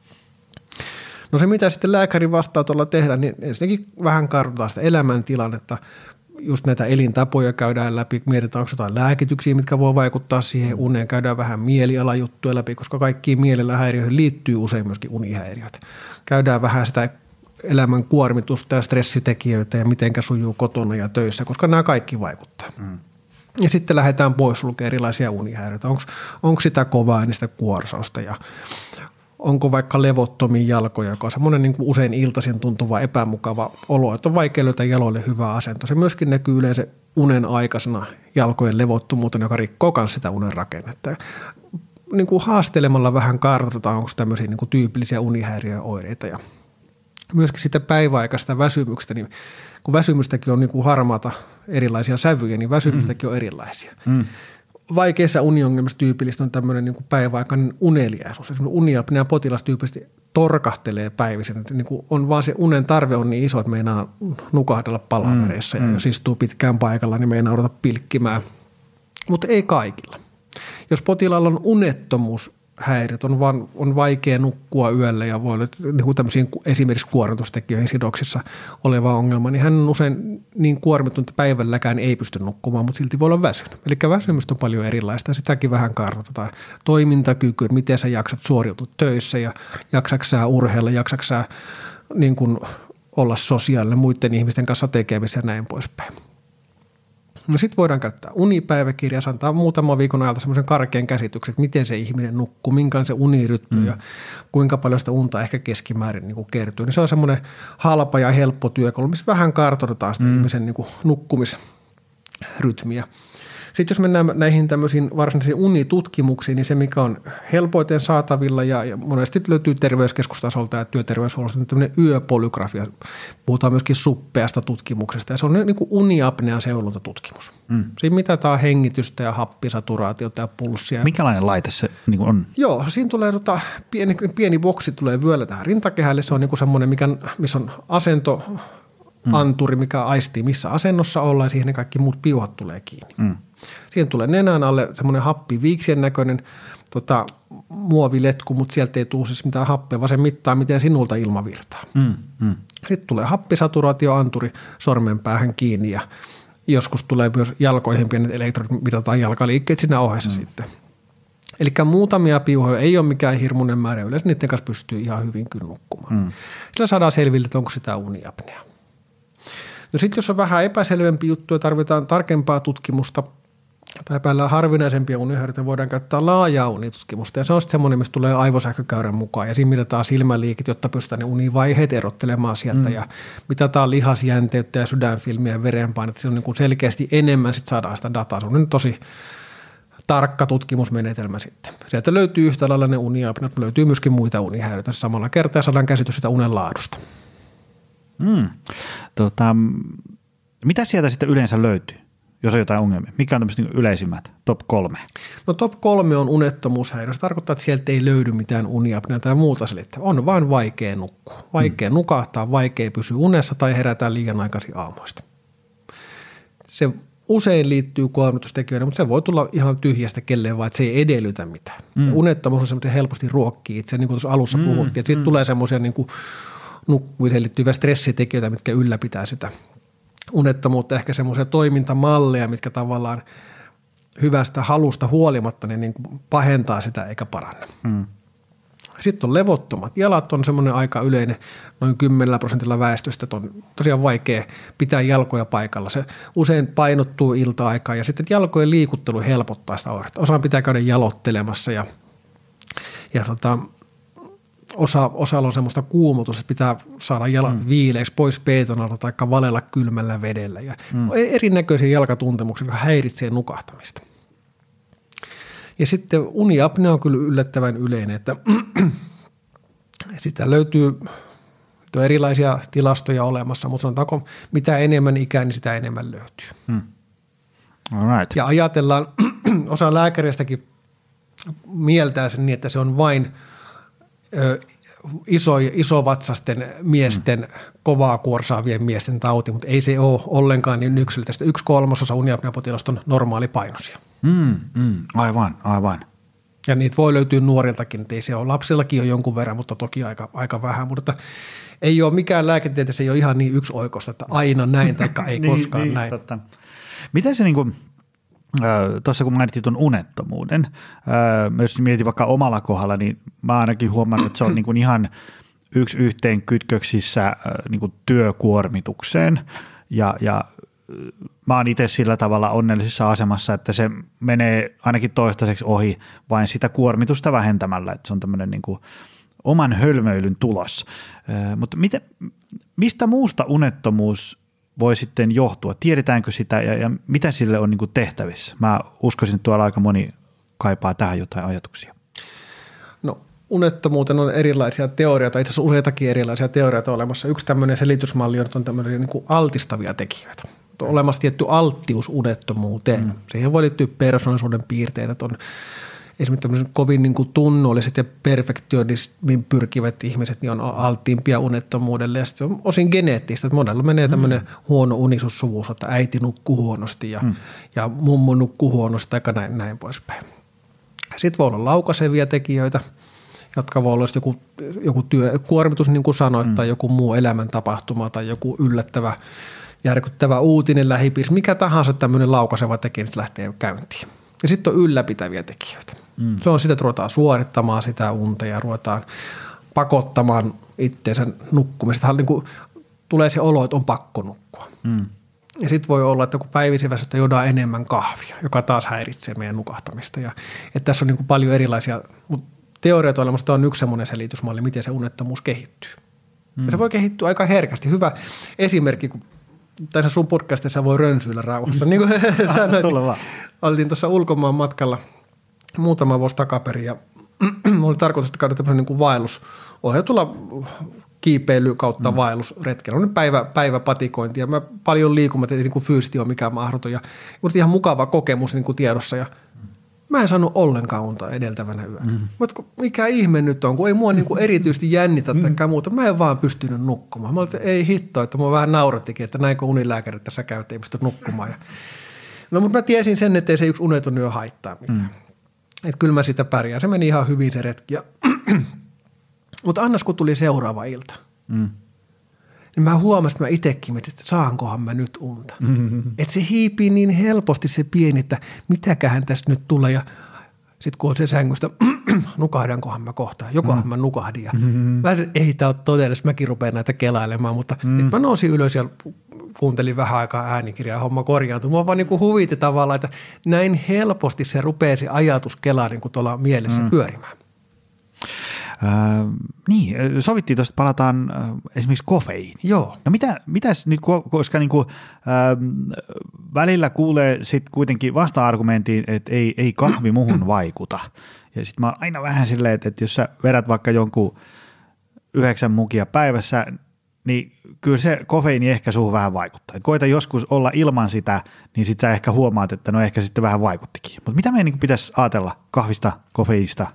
No se, mitä sitten lääkärin vastaanotolla tehdään, niin ensinnäkin vähän kartoitetaan sitä elämäntilannetta, just näitä elintapoja käydään läpi, mietitään, onko jotain lääkityksiä, mitkä voi vaikuttaa siihen uneen, käydään vähän mielialajuttuja läpi, koska kaikkiin mielenhäiriöihin liittyy usein myöskin unihäiriöitä. Käydään vähän sitä elämän kuormitusta ja stressitekijöitä ja mitenkä sujuu kotona ja töissä, koska nämä kaikki vaikuttaa. Mm. Ja sitten lähdetään pois sulkemaan erilaisia unihäiriöitä. Onko, onko sitä kovaa äänistä kuorsausta ja onko vaikka levottomia jalkoja, joka on semmoinen niin kuin usein iltaisin tuntuva epämukava olo, että on vaikea löytää jaloille hyvä asento. Se myöskin näkyy yleensä unen aikaisena jalkojen levottomuutena, joka rikkoo myös sitä unen rakennetta. Niin kuin haastelemalla vähän kartoitetaan, onko tämmöisiä niin kuin tyypillisiä unihäiriöoireita ja myöskin sitten päiväaikaista väsymyksestä, niin kun väsymystäkin on niin kuin harmaata erilaisia sävyjä, niin väsymystäkin mm. on erilaisia. Mm. Vaikeissa uniongelmissa tyypillistä on tämmöinen niin kuin päiväaikainen uneliaisuus. Esimerkiksi uniapnea potilas tyypillisesti torkahtelee päivisin. Niin kuin on vaan se unen tarve on niin iso, että meinaa nukahdella palavereissa. Mm, ja mm. jos istuu pitkään paikalla, niin meinaa odota pilkkimään. Mutta ei kaikilla. Jos potilaalla on unettomuushäiriöt, on, vaan, on vaikea nukkua yöllä ja voi olla niin tämmöisiin esimerkiksi kuormitustekijöihin sidoksissa oleva ongelma, niin hän on usein niin kuormittunut, että päivälläkään ei pysty nukkumaan, mutta silti voi olla väsynyt. Eli väsymystä on paljon erilaista ja sitäkin vähän kartoitetaan. Toimintakyky, miten sä jaksat suoriutua töissä ja jaksatko sä urheilla, jaksatko sä niin kuin olla sosiaalinen muiden ihmisten kanssa tekemisissä ja näin poispäin. No sitten voidaan käyttää unipäiväkirjaa, se antaa muutaman viikon ajalta semmoisen karkean käsityksen, että miten se ihminen nukkuu, minkälainen se unirytmy mm. ja kuinka paljon sitä unta ehkä keskimäärin niin kuin kertyy. Niin se on semmoinen halpa ja helppo työkalu, missä vähän kartoitetaan sitä mm. ihmisen niin kuin nukkumisrytmiä. Sitten jos mennään näihin tämmöisiin varsinaisiin unitutkimuksiin, niin se mikä on helpoiten saatavilla ja, ja monesti löytyy terveyskeskustasolta ja työterveyshuollosta, niin tämmöinen yöpolygrafia. Puhutaan myöskin suppeasta tutkimuksesta ja se on niin kuin uniapnean seulontatutkimus. Mm. Siinä mitataan hengitystä ja happisaturaatiota ja pulssia. Minkälainen laite se niin kuin on? Joo, siinä tulee tota, pieni, pieni boksi tulee vyöllä tähän rintakehälle. Se on niin kuin semmoinen, mikä, missä on asento, mm. anturi, mikä aistii missä asennossa ollaan ja siihen ne kaikki muut piuhat tulee kiinni. Mm. Siihen tulee nenän alle semmoinen happiviiksien näköinen tota, muoviletku, mutta sieltä ei tule siis mitään happea, vaan se mittaa, miten sinulta ilma virtaa. Mm, mm. Sitten tulee happisaturaatioanturi sormen päähän kiinni ja joskus tulee myös jalkoihin pienet elektrodit, mitataan jalkaliikkeet siinä ohessa mm. sitten. Eli muutamia piuhoja ei ole mikään hirmuinen määrä, yleensä niiden kanssa pystyy ihan hyvin kyllä nukkumaan. Mm. Sillä saadaan selville, että onko sitä uniapnea. No sitten jos on vähän epäselvempi juttu ja tarvitaan tarkempaa tutkimusta tai päällä harvinaisempia unihäiriöitä, voidaan käyttää laajaa unitutkimusta. Ja se on sitten semmoinen, mistä tulee aivosähkökäyrän mukaan. Ja siinä mitataan silmäliikit, jotta pystytään ne univaiheet erottelemaan sieltä. Mm. Ja mitataan lihasjänteyttä ja sydänfilmiä ja verenpainetta. Se on niin kuin selkeästi enemmän, sitten saadaan sitä dataa. Se on tosi tarkka tutkimusmenetelmä sitten. Sieltä löytyy yhtä lailla ne uniapneat, mutta löytyy myöskin muita unihäiriöitä. Samalla kertaa saadaan käsitys sitä unen laadusta. Mm. Tota, mitä sieltä sitten yleensä löytyy, jos on jotain ongelmia? Mikä on tämmöiset yleisimmät, top kolme? No top kolme on unettomuushäiriö. Se tarkoittaa, että sieltä ei löydy mitään uniapnea tai muuta selittävää. On vain vaikea nukkua. Vaikea mm. nukahtaa, vaikea pysyä unessa tai herätään liian aikaisin aamuista. Se usein liittyy kuormitustekijöiden, mutta se voi tulla ihan tyhjästä kelleen, vaan että se ei edellytä mitään. Mm. Unettomuus on semmoinen helposti ruokkii itse, niin kuin tuossa alussa mm. puhuttiin, että siitä mm. tulee semmoisia niin kuin nukkumiseen liittyviä stressitekijöitä, mitkä ylläpitää sitä unettomuutta, ehkä semmoisia toimintamalleja, mitkä tavallaan hyvästä halusta huolimatta niin, niin kuin pahentaa sitä eikä paranna. Mm. Sitten on levottomat jalat, on semmoinen aika yleinen, noin kymmenellä prosentilla väestöstä, että on tosiaan vaikea pitää jalkoja paikalla. Se usein painottuu ilta-aikaan ja sitten jalkojen liikuttelu helpottaa sitä oiretta. Osaan pitää käydä jalottelemassa ja, ja tota, Osa, osalla on semmoista kuumotusta, että pitää saada jalat mm. viileiksi pois peitonalta tai valella kylmällä vedellä. Ja mm. erinäköisiä jalkatuntemuksia, jotka häiritsee nukahtamista. Ja sitten uniapnea on kyllä yllättävän yleinen, että sitä löytyy erilaisia tilastoja olemassa, mutta sanotaanko mitä enemmän ikää, niin sitä enemmän löytyy. Mm. All right. Ja ajatellaan, osa lääkäristäkin mieltää sen niin, että se on vain iso, isovatsasten miesten, mm. kovaa kuorsaavien miesten tauti, mutta ei se ole ollenkaan niin yksilöllistä. Yksi kolmasosa uniapneapotilasta on normaalipainoisia. Mm, mm, aivan, aivan. Ja niitä voi löytyä nuoriltakin, että ei se ole. Lapsillakin on jonkun verran, mutta toki aika, aika vähän. Mutta ei ole mikään lääketieteessä, ei ole ihan niin yksioikoista, että aina näin tai ei niin, koskaan niin, näin. Totta. Miten se niin kuin tuossa kun mainitsit tuon unettomuuden, jos mietin vaikka omalla kohdalla, niin mä ainakin huomannut, että se on niin kuin ihan yksi yhteen kytköksissä niin kuin työkuormitukseen ja, ja mä oon itse sillä tavalla onnellisessa asemassa, että se menee ainakin toistaiseksi ohi vain sitä kuormitusta vähentämällä, että se on tämmöinen niin kuin oman hölmöilyn tulos. Mutta miten, mistä muusta unettomuus voi sitten johtua? Tiedetäänkö sitä ja, ja mitä sille on niin kuin tehtävissä? Mä uskoisin, että tuolla aika moni kaipaa tähän jotain ajatuksia. No unettomuuteen on erilaisia teorioita, itse asiassa useitakin erilaisia teorioita olemassa. Yksi tämmöinen selitysmalli on tämmöinen niin kuin altistavia tekijöitä. On olemassa tietty alttius unettomuuteen. Mm. Siihen voi liittyä persoonallisuuden piirteitä, että on esimerkiksi tämmöiset kovin niin kuin tunnolliset ja perfektionismin pyrkivät ihmiset niin on alttiimpia unettomuudelle ja sitten on osin geneettistä, että monella menee tämmöinen mm. huono unisuussuvuus, että äiti nukkuu huonosti ja, mm. ja mummo nukkuu huonosti tai näin, näin poispäin. Sitten voi olla laukaisevia tekijöitä, jotka voi olla joku, joku työ, kuormitus, niin kuin sanoit, mm. tai joku muu elämäntapahtuma tai joku yllättävä, järkyttävä uutinen lähipiirissä, mikä tahansa tämmöinen laukaiseva tekijä nyt lähtee käyntiin. Ja sitten on ylläpitäviä tekijöitä. Mm. Se on sitä, että ruvetaan suorittamaan sitä unta ja ruvetaan pakottamaan itseensä nukkumista. Niin kuin tulee se olo, että on pakko nukkua. Mm. Ja sitten voi olla, että kun päivisin väsyttää, juodaan enemmän kahvia, joka taas häiritsee meidän nukahtamista. Ja, että tässä on niin kuin paljon erilaisia, mutta teoriat olemassa on yksi semmoinen selitysmalli, miten se unettomuus kehittyy. Mm. Ja se voi kehittyä aika herkästi. Hyvä esimerkki, kun tässä sun podcastissa voi rönsyillä rauhassa. Niin kuin sanoit, niin oltiin tuossa ulkomaan matkalla muutama vuosi takaperin ja oli tarkoitus, että käydä tämmöisen niin kuin vaellusohjautulla kiipeily kautta mm. vaellusretkellä. On päivä, päiväpatikointi ja mä paljon liikun, mä tein niin kuin fyysisesti ole mikään mahdoton ja ihan mukava kokemus niin kuin tiedossa ja mä en saanut ollenkaan unta edeltävänä yönä. Mm. Mutta mikä ihme nyt on, kun ei mua niin kuin erityisesti jännitä mm. tai muuta. Mä en vaan pystynyt nukkumaan. Mä olin, että ei hitto, että mua vähän naurattikin, että näinkö unilääkärit tässä käy, että ei pysty nukkumaan. Ja no, mutta mä tiesin sen, että ei se yksi uneton yö haittaa mitään. Mm. Että kyllä mä sitä pärjään. Se meni ihan hyvin se retki. Mutta annas kun tuli seuraava ilta, mm. niin mä huomasin, että mä itsekin mietin, että saankohan mä nyt unta. Mm-hmm. Että se hiipii niin helposti se pieni, että mitäköhän tästä nyt tulee. Ja sitten kun on se sängystä, nukahdankohan mä kohtaan, jokohan mm. mä nukahdin. Ja mm-hmm. mä ei tää ole todellista, mäkin rupean näitä kelailemaan, mutta mm. mä nousin ylös ja kuuntelin vähän aikaa äänikirjaa ja homma korjaantui. Mua vaan niin kuin huvitti tavallaan, että näin helposti se rupeaa se ajatus kelaa niin kuin tuolla mielessä mm. pyörimään. Äh, niin, sovittiin tuosta, palataan äh, esimerkiksi kofeiini. Joo. No mitä, mitäs nyt, koska niin kuin, äh, välillä kuulee sitten kuitenkin vasta-argumentiin, että ei, ei kahvi muhun vaikuta. Ja sitten mä oon aina vähän silleen, että, että jos sä vedät vaikka jonkun yhdeksän mukia päivässä, niin kyllä se kofeiini ehkä suhun vähän vaikuttaa. Et koita joskus olla ilman sitä, niin sit sä ehkä huomaat, että no ehkä sitten vähän vaikuttikin. Mutta mitä meidän niin pitäisi ajatella kahvista, kofeiinista?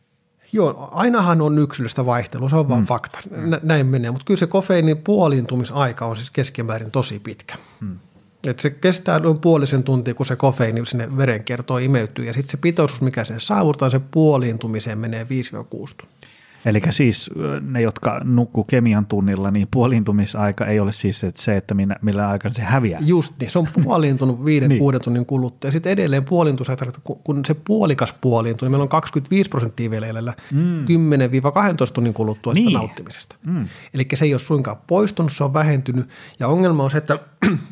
Joo, ainahan on yksilöstä vaihtelua, se on vaan mm. fakta. Nä, näin menee, mutta kyllä se kofeiinin puoliintumisaika on siis keskimäärin tosi pitkä. Mm. Et se kestää noin puolisen tuntia, kun se kofeiini sinne verenkiertoon imeytyy, ja sitten se pitoisuus, mikä sen saavuttaa, se puoliintumiseen menee viisi kuusi tuntia. Eli siis ne, jotka nukkuu kemian tunnilla, niin puoliintumisaika ei ole siis se, että minä, millä aikana se häviää. Just niin, se on puoliintunut viiden, niin. kuuden tunnin kuluttua. Ja sitten edelleen puoliintumisaika, kun se puolikas puoliintuu, niin meillä on kaksikymmentäviisi prosenttia vielä edellä mm. kymmenen kaksitoista tunnin kuluttua niin. nauttimisesta. Mm. Eli se ei ole suinkaan poistunut, se on vähentynyt. Ja ongelma on se, että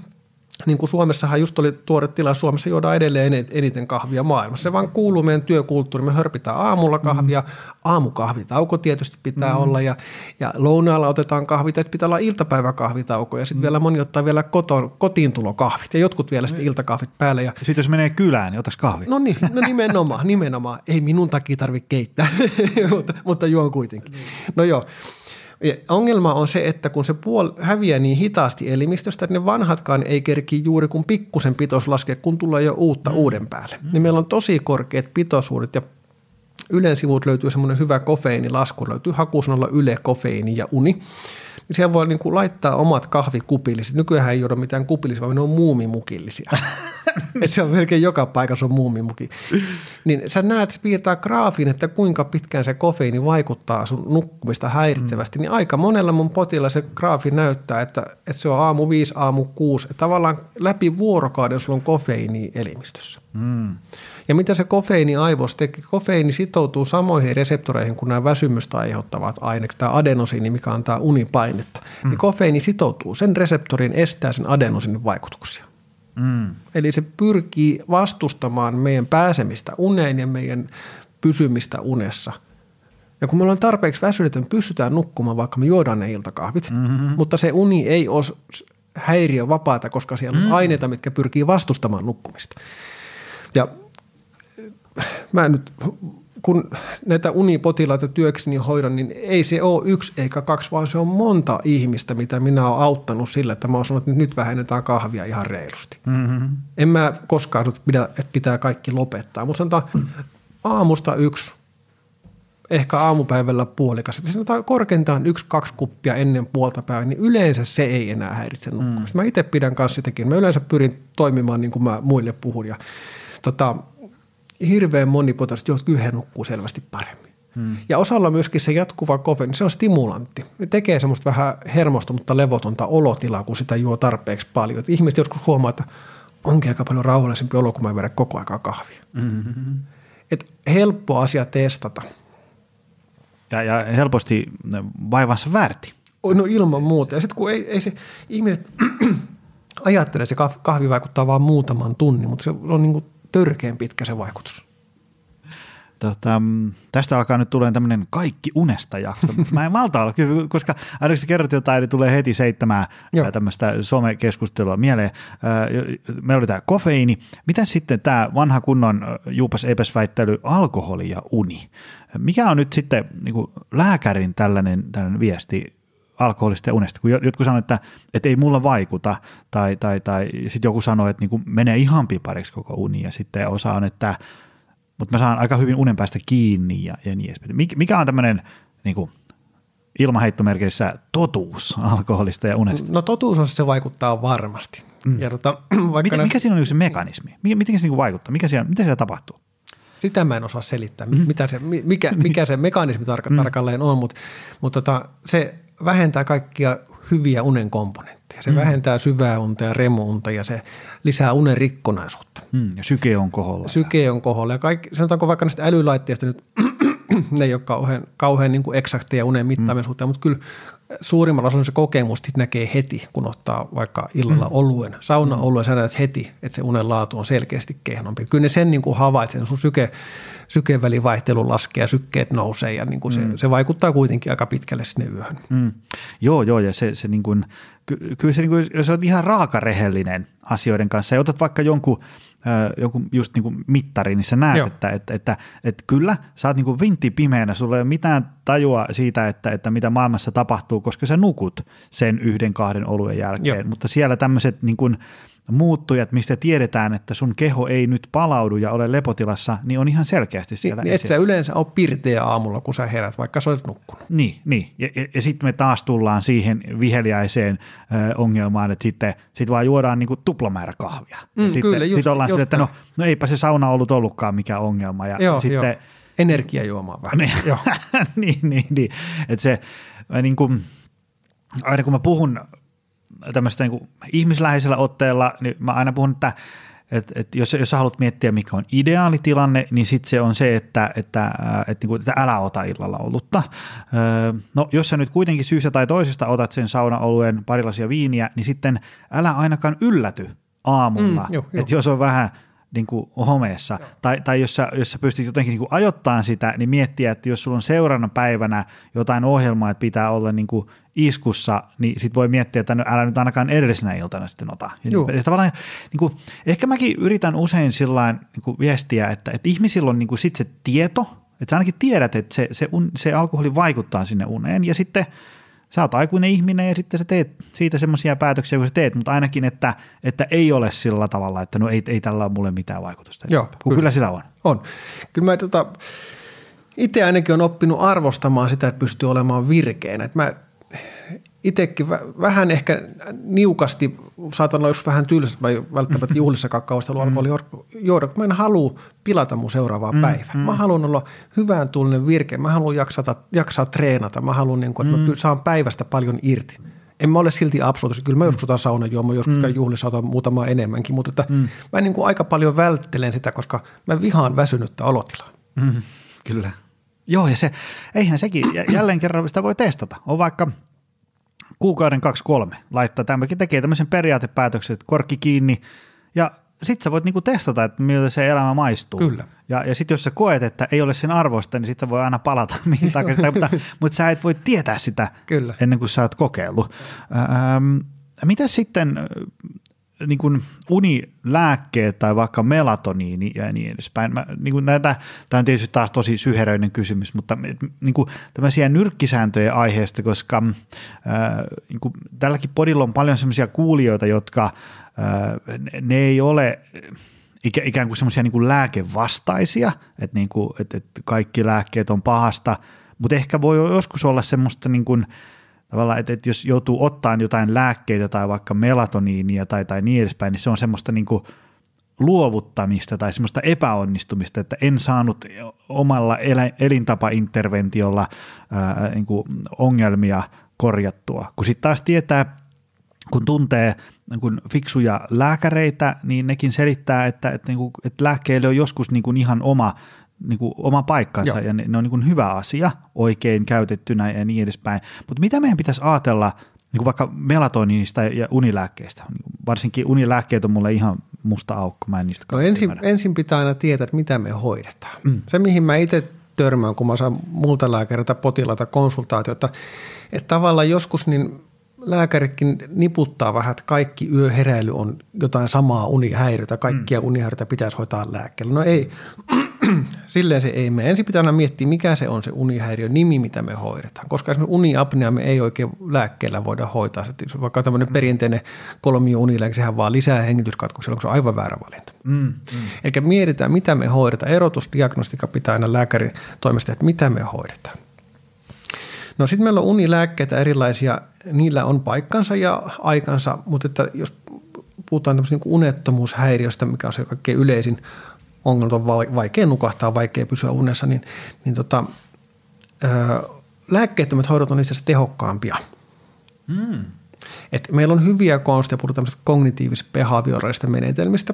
niin kuin Suomessahan just oli tuore tila, Suomessa juodaan edelleen eniten kahvia maailmassa. Se vaan kuuluu meidän työkulttuuriin. Me hörpitään aamulla kahvia, mm. aamukahvitauko tietysti pitää mm. olla ja, ja lounaalla otetaan kahvit, että pitää olla iltapäiväkahvitauko ja sitten mm. vielä moni ottaa vielä kotoon, kotiintulokahvit ja jotkut vielä sitten iltakahvit päälle. Ja sitten jos menee kylään, niin otas kahvi. No niin, no nimenomaan, nimenomaan. Ei minun takia tarvitse keittää, mutta, mutta juon kuitenkin. No joo. Ja ongelma on se, että kun se puol häviää niin hitaasti elimistöstä, että ne vanhatkaan ei kerki juuri kun pikkusen pitoisuus laskee, kun tulee jo uutta mm. uuden päälle. Mm. Niin meillä on tosi korkeat pitoisuudet ja Ylen sivut löytyy semmoinen hyvä kofeiinilasku, löytyy hakusanalla Yle, kofeiini ja uni. Niin siellä voi niin kuin laittaa omat kahvikupilliset. Nykyään ei juoda mitään kupillisia, vaan ne on muumimukillisia. Että se on melkein joka paikassa on muumimuki. Niin sä näet, se piirtää graafin, että kuinka pitkään se kofeiini vaikuttaa sun nukkumista häiritsevästi. Mm. Niin aika monella mun potilla se graafi näyttää, että, että se on aamu viisi, aamu kuusi. Että tavallaan läpi vuorokauden sulla on kofeiini elimistössä. Mm. Ja mitä se kofeiini aivoissa tekee? Kofeiini sitoutuu samoihin reseptoreihin kuin nämä väsymystä aiheuttavat aineet, tämä adenosiini, mikä antaa unipainetta. Mm. Niin kofeiini sitoutuu sen reseptorin, estää sen adenosiinin vaikutuksia. Mm. Eli se pyrkii vastustamaan meidän pääsemistä uneen ja meidän pysymistä unessa. Ja kun me ollaan tarpeeksi väsyneitä, että me pystytään nukkumaan, vaikka me juodaan ne iltakahvit, mm-hmm. mutta se uni ei ole häiriövapaata, koska siellä on mm. aineita, mitkä pyrkii vastustamaan nukkumista. Ja mä nyt, kun näitä unipotilaita työkseni hoidan, niin ei se ole yksi eikä kaksi, vaan se on monta ihmistä, mitä minä olen auttanut sillä, että mä oon sanonut, että nyt vähennetään kahvia ihan reilusti. Mm-hmm. En mä koskaan pidä, että pitää kaikki lopettaa, mutta sanotaan aamusta yksi, ehkä aamupäivällä puolikas. Sitten sanotaan korkeintaan yksi, kaksi kuppia ennen puolta päivää, niin yleensä se ei enää häiritse nukkumista. Mm. Mä itse pidän kanssa sitäkin. Mä yleensä pyrin toimimaan niin kuin mä muille puhun ja tota, hirveän moni potilas, että kyllä he nukkuu selvästi paremmin. Hmm. Ja osalla myöskin se jatkuva kofeiini, se on stimulantti. Ne tekee semmoista vähän hermostunutta, levotonta olotilaa, kun sitä juo tarpeeksi paljon. Et ihmiset joskus huomaa, että onkin aika paljon rauhallisempi olo, kun mä vedän koko aikaa kahvia. Mm-hmm. Et helppo asia testata. Ja, ja helposti vaivansa väärti. No ilman muuta. Ja sitten kun ei, ei se ihmiset Ajattelen, se kahvi vaikuttaa vain muutaman tunnin, mutta se on niin kuin törkeän pitkä se vaikutus. Tota, tästä alkaa nyt tulee tämmöinen kaikki unesta jakso. Mä en malta olla, koska aina kun sä kerrot jotain, niin tulee heti seitsemää tämmöistä somekeskustelua mieleen. Meillä oli tämä kofeiini. Mitä sitten tämä vanha kunnon juupas eipäs väittely alkoholi ja uni? Mikä on nyt sitten niin kuin lääkärin tällainen, tällainen viesti alkoholista ja unesta? Kun jotkut sanoo, että, että ei mulla vaikuta, tai, tai, tai sitten joku sanoo, että niin kuin menee ihan pipariksi koko uni, ja sitten osa on, että mutta mä saan aika hyvin unen päästä kiinni ja, ja niin edespäin. Mikä on tämmöinen niin kuin ilmaheittomerkeissä totuus alkoholista ja unesta? No totuus on se, se vaikuttaa varmasti. Mm. Ja tota, vaikka mikä, näin, mikä siinä on se mekanismi? Mikä, miten se niin kuin vaikuttaa? Mikä siellä, mitä siellä tapahtuu? Sitä mä en osaa selittää, mitä se, mikä, mikä se mekanismi tark- mm. tarkalleen on, mutta, mutta tota, se vähentää kaikkia hyviä unen komponentteja. Se mm. vähentää syvää unta ja remuunta ja se lisää unen rikkonaisuutta. Mm. Ja syke on koholla. Syke on koholla. Ja kaikki, sanotaanko vaikka näistä älylaitteista nyt, ne ei ole kauhean, kauhean niin kuin eksakteja unen mittaamisen suhteen, mutta kyllä suurimmalla osalla se kokemus näkee heti, kun ottaa vaikka illalla mm. oluen, sauna-oluen, sä näet heti, että se unen laatu on selkeästi kehnompi. Kyllä ne sen niin kuin havaitsee, sun syke, sykevälivaihtelu laskee ja sykkeet nousee ja niin kuin se, mm. se vaikuttaa kuitenkin aika pitkälle sinne yöhön. Mm. Joo, joo, ja se, se niin kuin, ky- kyllä se, niin kuin, jos on ihan raakarehellinen asioiden kanssa ja otat vaikka jonkun, äh, jonkun just niin kuin mittari, niin sä näet, että, että, että, että kyllä sä oot niin kuin vintti pimeänä, sulla ei ole mitään tajua siitä, että, että mitä maailmassa tapahtuu, koska sä nukut sen yhden kahden oluen jälkeen, Joo. mutta siellä tämmöiset niin kuin muuttujat, mistä tiedetään, että sun keho ei nyt palaudu ja ole lepotilassa, niin on ihan selkeästi siellä. Niin, et sä yleensä ole pirteä aamulla, kun sä herät, vaikka sä olet nukkunut. Niin, niin. ja, ja, ja sitten me taas tullaan siihen viheliäiseen ö, ongelmaan, että sitten sit vaan juodaan niinku tuplamäärä kahvia. Mm, sitten kyllä, just, sit ollaan just sitten, että no, no eipä se sauna ollut ollutkaan mikään ongelma. Ja joo, sitten, joo. Energiajuomaa vähän. niin, joo. niin, niin, niin. Että se, niin kuin, aina kun mä puhun tämmöistä niin kuin ihmisläheisellä otteella, niin mä aina puhun, että, että, että jos, jos sä haluat miettiä, mikä on ideaalitilanne, niin sitten se on se, että, että, että, että, että älä ota illalla olutta. No jos sä nyt kuitenkin syystä tai toisesta otat sen saunaoluen pari lasia viiniä, niin sitten älä ainakaan ylläty aamulla, mm, jo, jo. että jos on vähän niin kuin homeessa, tai, tai jos, sä, jos sä pystyt jotenkin niin kuin ajoittamaan sitä, niin miettiä, että jos sulla on seuraavana päivänä jotain ohjelmaa, että pitää olla niin kuin iskussa, niin sit voi miettiä, että no, älä nyt ainakaan edellisenä iltana sitten ota. Ja tavallaan, niin kuin, ehkä mäkin yritän usein sillain niin kuin viestiä, että, että ihmisillä on niin kuin sit se tieto, että sä ainakin tiedät, että se, se, un, se alkoholi vaikuttaa sinne uneen, ja sitten sä oot aikuinen ihminen ja sitten sä teet siitä semmoisia päätöksiä, kun sä teet, mutta ainakin, että, että ei ole sillä tavalla, että no ei, ei tällä ole mulle mitään vaikutusta. Joo, kun kyllä. kyllä sillä on. On. Kyllä mä tota, itse ainakin on oppinut arvostamaan sitä, että pystyy olemaan virkeänä. Että mä itsekin vähän ehkä niukasti saatan olla joskus vähän tylsä, että mä ei välttämättä juhlissakaan kausta alkoholia juoda, kun mä en halua pilata mun seuraavaa mm, päivää. Mm. Mä haluan olla hyvän tuulinen virkeä, mä haluan jaksaa, jaksaa treenata, mä haluan, niin kuin, että mm. mä saan päivästä paljon irti. En mä ole silti absoluuttisesti, kyllä mä joskus otan saunajuomaa, joskus mm. juhlissa otan muutamaa enemmänkin, mutta että mm. mä niin kuin aika paljon välttelen sitä, koska mä vihaan väsynyttä olotilaa. Mm, kyllä. Joo, ja se, eihän sekin, jälleen kerran sitä voi testata. On vaikka kuukauden kaksi kolme laittaa tämäkin, tekee tämmöisen periaatepäätöksen, että korkki kiinni, ja sitten sä voit niinku testata, että miltä se elämä maistuu. Kyllä. Ja, ja sitten jos sä koet, että ei ole sen arvosta, niin sitten voi aina palata mihin takaisin, mutta, mutta sä et voi tietää sitä Kyllä. ennen kuin sä oot kokeillut. Ähm, mitä sitten niin kuin unilääkkeet tai vaikka melatoniini ja niin edespäin. Mä, niin kuin näitä, tämä on tietysti taas tosi syheröinen kysymys, mutta niin kuin tämmöisiä nyrkkisääntöjä aiheesta, koska ää, niin kuin tälläkin podilla on paljon semmoisia kuulijoita, jotka ää, ne ei ole ikä, ikään kuin semmoisia niin kuin lääkevastaisia, että, niin kuin, että, että kaikki lääkkeet on pahasta, mutta ehkä voi joskus olla semmoista niin kuin tavallaan, että, että jos joutuu ottamaan jotain lääkkeitä tai vaikka melatoniinia tai, tai niin edespäin, niin se on semmoista niin kuin luovuttamista tai semmoista epäonnistumista, että en saanut omalla elintapainterventiolla ää, niin kuin ongelmia korjattua. Kun sitten taas tietää, kun tuntee niin kuin fiksuja lääkäreitä, niin nekin selittää, että, että, niin kuin, että lääkkeille on joskus niin kuin ihan oma niin kuin oma paikkansa Joo. ja ne, ne on niin kuin hyvä asia oikein käytettynä ja niin edespäin. Mutta mitä meidän pitäisi ajatella niin kuin vaikka melatoniinista ja unilääkkeistä, varsinkin unilääkkeet on mulle ihan musta aukko, mä en niistä no ensin, ensin pitää aina tietää, että mitä me hoidetaan. Mm. Se, mihin mä itse törmään, kun mä saan multa lääkäriltä potilaita konsultaatiota, että tavallaan joskus niin lääkärikin niputtaa vähän, että kaikki yöheräily on jotain samaa unihäiriötä, kaikkia mm. unihäiriöitä pitäisi hoitaa lääkkeellä. No ei, silleen se ei mene. Ensin pitää aina miettiä, mikä se on se unihäiriön nimi, mitä me hoidetaan. Koska esimerkiksi uniapnea me ei oikein lääkkeellä voida hoitaa. Vaikka tämmöinen mm. perinteinen kolmio-unilääke, sehän vaan lisää hengityskatkoksia, kun se on aivan väärä valinta. Mm. Mm. Eli mietitään, mitä me hoidetaan. Erotusdiagnostika pitää aina lääkärin toimesta, että mitä me hoidetaan. No sitten meillä on unilääkkeitä erilaisia, niillä on paikkansa ja aikansa, mutta että jos puhutaan tämmöistä niin unettomuushäiriöstä, mikä on se kaikkein yleisin ongelma, on vaikea nukahtaa, vaikea pysyä unessa, niin, niin tota, ää, lääkkeettömät hoidot on itse asiassa tehokkaampia. Hmm. Et meillä on hyviä konsteja, puhutaan tämmöistä kognitiivis-behavioraalisista menetelmistä,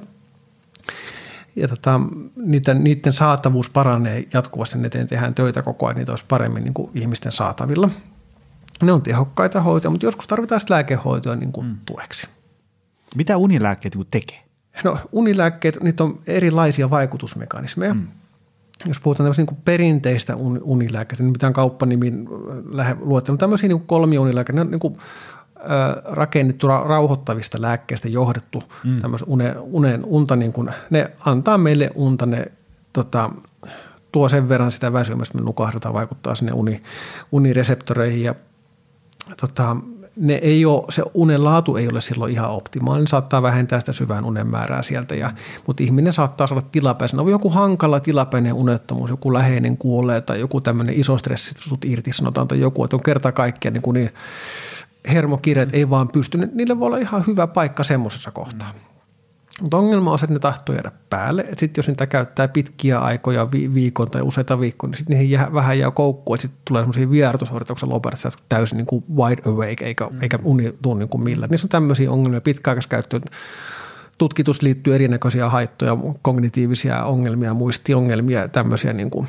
ja tota, niiden, niiden saatavuus paranee jatkuvasti, ne tehdään töitä koko ajan, niitä olisi paremmin niin kuin ihmisten saatavilla. Ne on tehokkaita hoitoja, mutta joskus tarvitaan lääkehoitoa niin kuin mm. tueksi. Mitä unilääkkeet tekee? No unilääkkeet, niitä on erilaisia vaikutusmekanismeja. Mm. Jos puhutaan tämmöistä niin kuin perinteistä unilääkkeitä, niin mitään kauppanimiin luettelo, tämmöisiä niin kolmi-unilääkkeitä, ne on niin kuin rakennettu rauhoittavista lääkkeistä johdettu mm. tämmöisen unen, unen unta, niin kuin, ne antaa meille unta, ne tota, tuo sen verran sitä väsymystä, että me nukahdetaan, vaikuttaa sinne uni, unireseptoreihin ja tota, ne ei ole, se unen laatu ei ole silloin ihan optimaalinen, saattaa vähentää sitä syvän unen määrää sieltä, ja, mutta ihminen saattaa saada tilapäisenä, on joku hankala tilapäinen unettomuus, joku läheinen kuolee tai joku tämmöinen iso stressi, sut irtisanotaan tai joku, että on kerta kaikkiaan niin, niin hermokireet ei vaan pysty, niille voi olla ihan hyvä paikka semmoisessa kohtaa. Mm. Mutta ongelma on se, että ne tahtoo jäädä päälle, että sitten jos niitä käyttää pitkiä aikoja, vi- viikon tai useita viikkoja, niin sitten niihin jää, vähän jää koukkua, että sitten tulee semmoisia vierotushoitoja, kun sä lopetat, sä täysin niin kuin wide awake, eikä, mm. eikä uni tuu niin kuin millään. Niissä on tämmöisiä ongelmia, pitkäaikaiskäyttöön. Tutkitus liittyy erinäköisiä haittoja, kognitiivisia ongelmia, muistiongelmia, tämmöisiä niin kuin,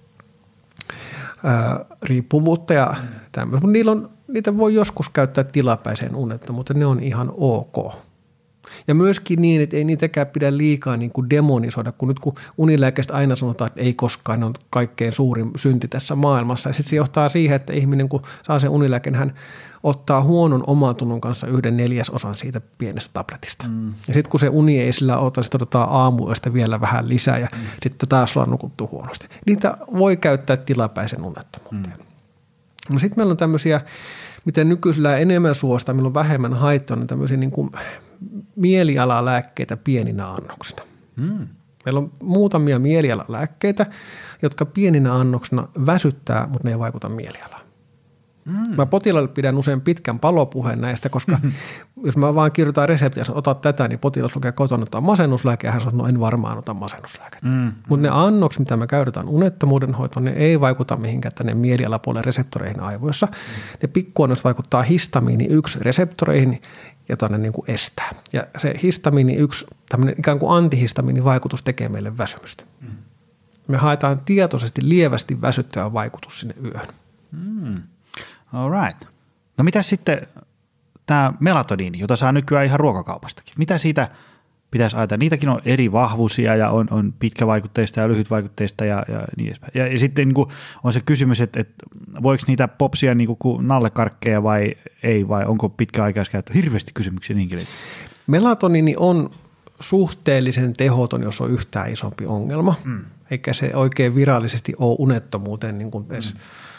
ää, riippuvuutta ja mm. tämmöisiä. Mutta niillä on niitä voi joskus käyttää tilapäiseen unetta, mutta ne on ihan ok. Ja myöskin niin, että ei niitäkään pidä liikaa niin kuin demonisoida, kun nyt kun unilääkkeistä aina sanotaan, että ei koskaan, ne on kaikkein suurin synti tässä maailmassa. Ja sitten se johtaa siihen, että ihminen kun saa sen unilääkkeen, hän ottaa huonon omatunnon kanssa yhden neljäsosan siitä pienestä tabletista. Mm. Ja sitten kun se uni ei sillä ota, sitten otetaan aamuyöstä vielä vähän lisää ja mm. sitten taas ollaan nukuttu huonosti. Niitä voi käyttää tilapäisen unettomuuteen. Mm. No sitten meillä on tämmöisiä, miten nykyisellä enemmän suosta, meillä on vähemmän haittoja, niin tämmöisiä niin kuin mielialalääkkeitä pieninä annoksina. Hmm. Meillä on muutamia mielialalääkkeitä, jotka pieninä annoksina väsyttää, mutta ne ei vaikuta mielialaan. Hmm. Mä potilaalle pidän usein pitkän palopuheen näistä, koska jos mä vaan kirjoitan reseptiä, että ota tätä, niin potilas lukee kotona, että on masennuslääke, ja hän sanoo, että no en varmaan ota masennuslääkettä. Hmm. Mutta ne annokset, mitä me käytetään unettomuuden hoitoon, ne ei vaikuta mihinkään tänne mielialapuolen reseptoreihin aivoissa. Hmm. Ne pikkuannokset vaikuttaa histamiini yksi reseptoreihin, jota ne niin kuin estää. Ja se histamiini yksi, tämmöinen ikään kuin antihistamiinivaikutus tekee meille väsymystä. Hmm. Me haetaan tietoisesti lievästi väsyttävä vaikutus sinne yöhön. Hmm. All right. No mitä sitten tämä melatoniini, jota saa nykyään ihan ruokakaupastakin? Mitä siitä pitäisi ajatella? Niitäkin on eri vahvuisia ja on, on pitkävaikutteista ja lyhytvaikutteista ja, ja niin edespäin. Ja, ja sitten niin kuin on se kysymys, että, että voiko niitä popsia niin kuin nallekarkkeja vai ei, vai onko pitkäaikaiskäyttö? Hirveästi kysymyksiä niinkin. Melatoniini on suhteellisen tehoton, jos on yhtään isompi ongelma, mm. eikä se oikein virallisesti ole unettomuuteen niin kuin edes mm.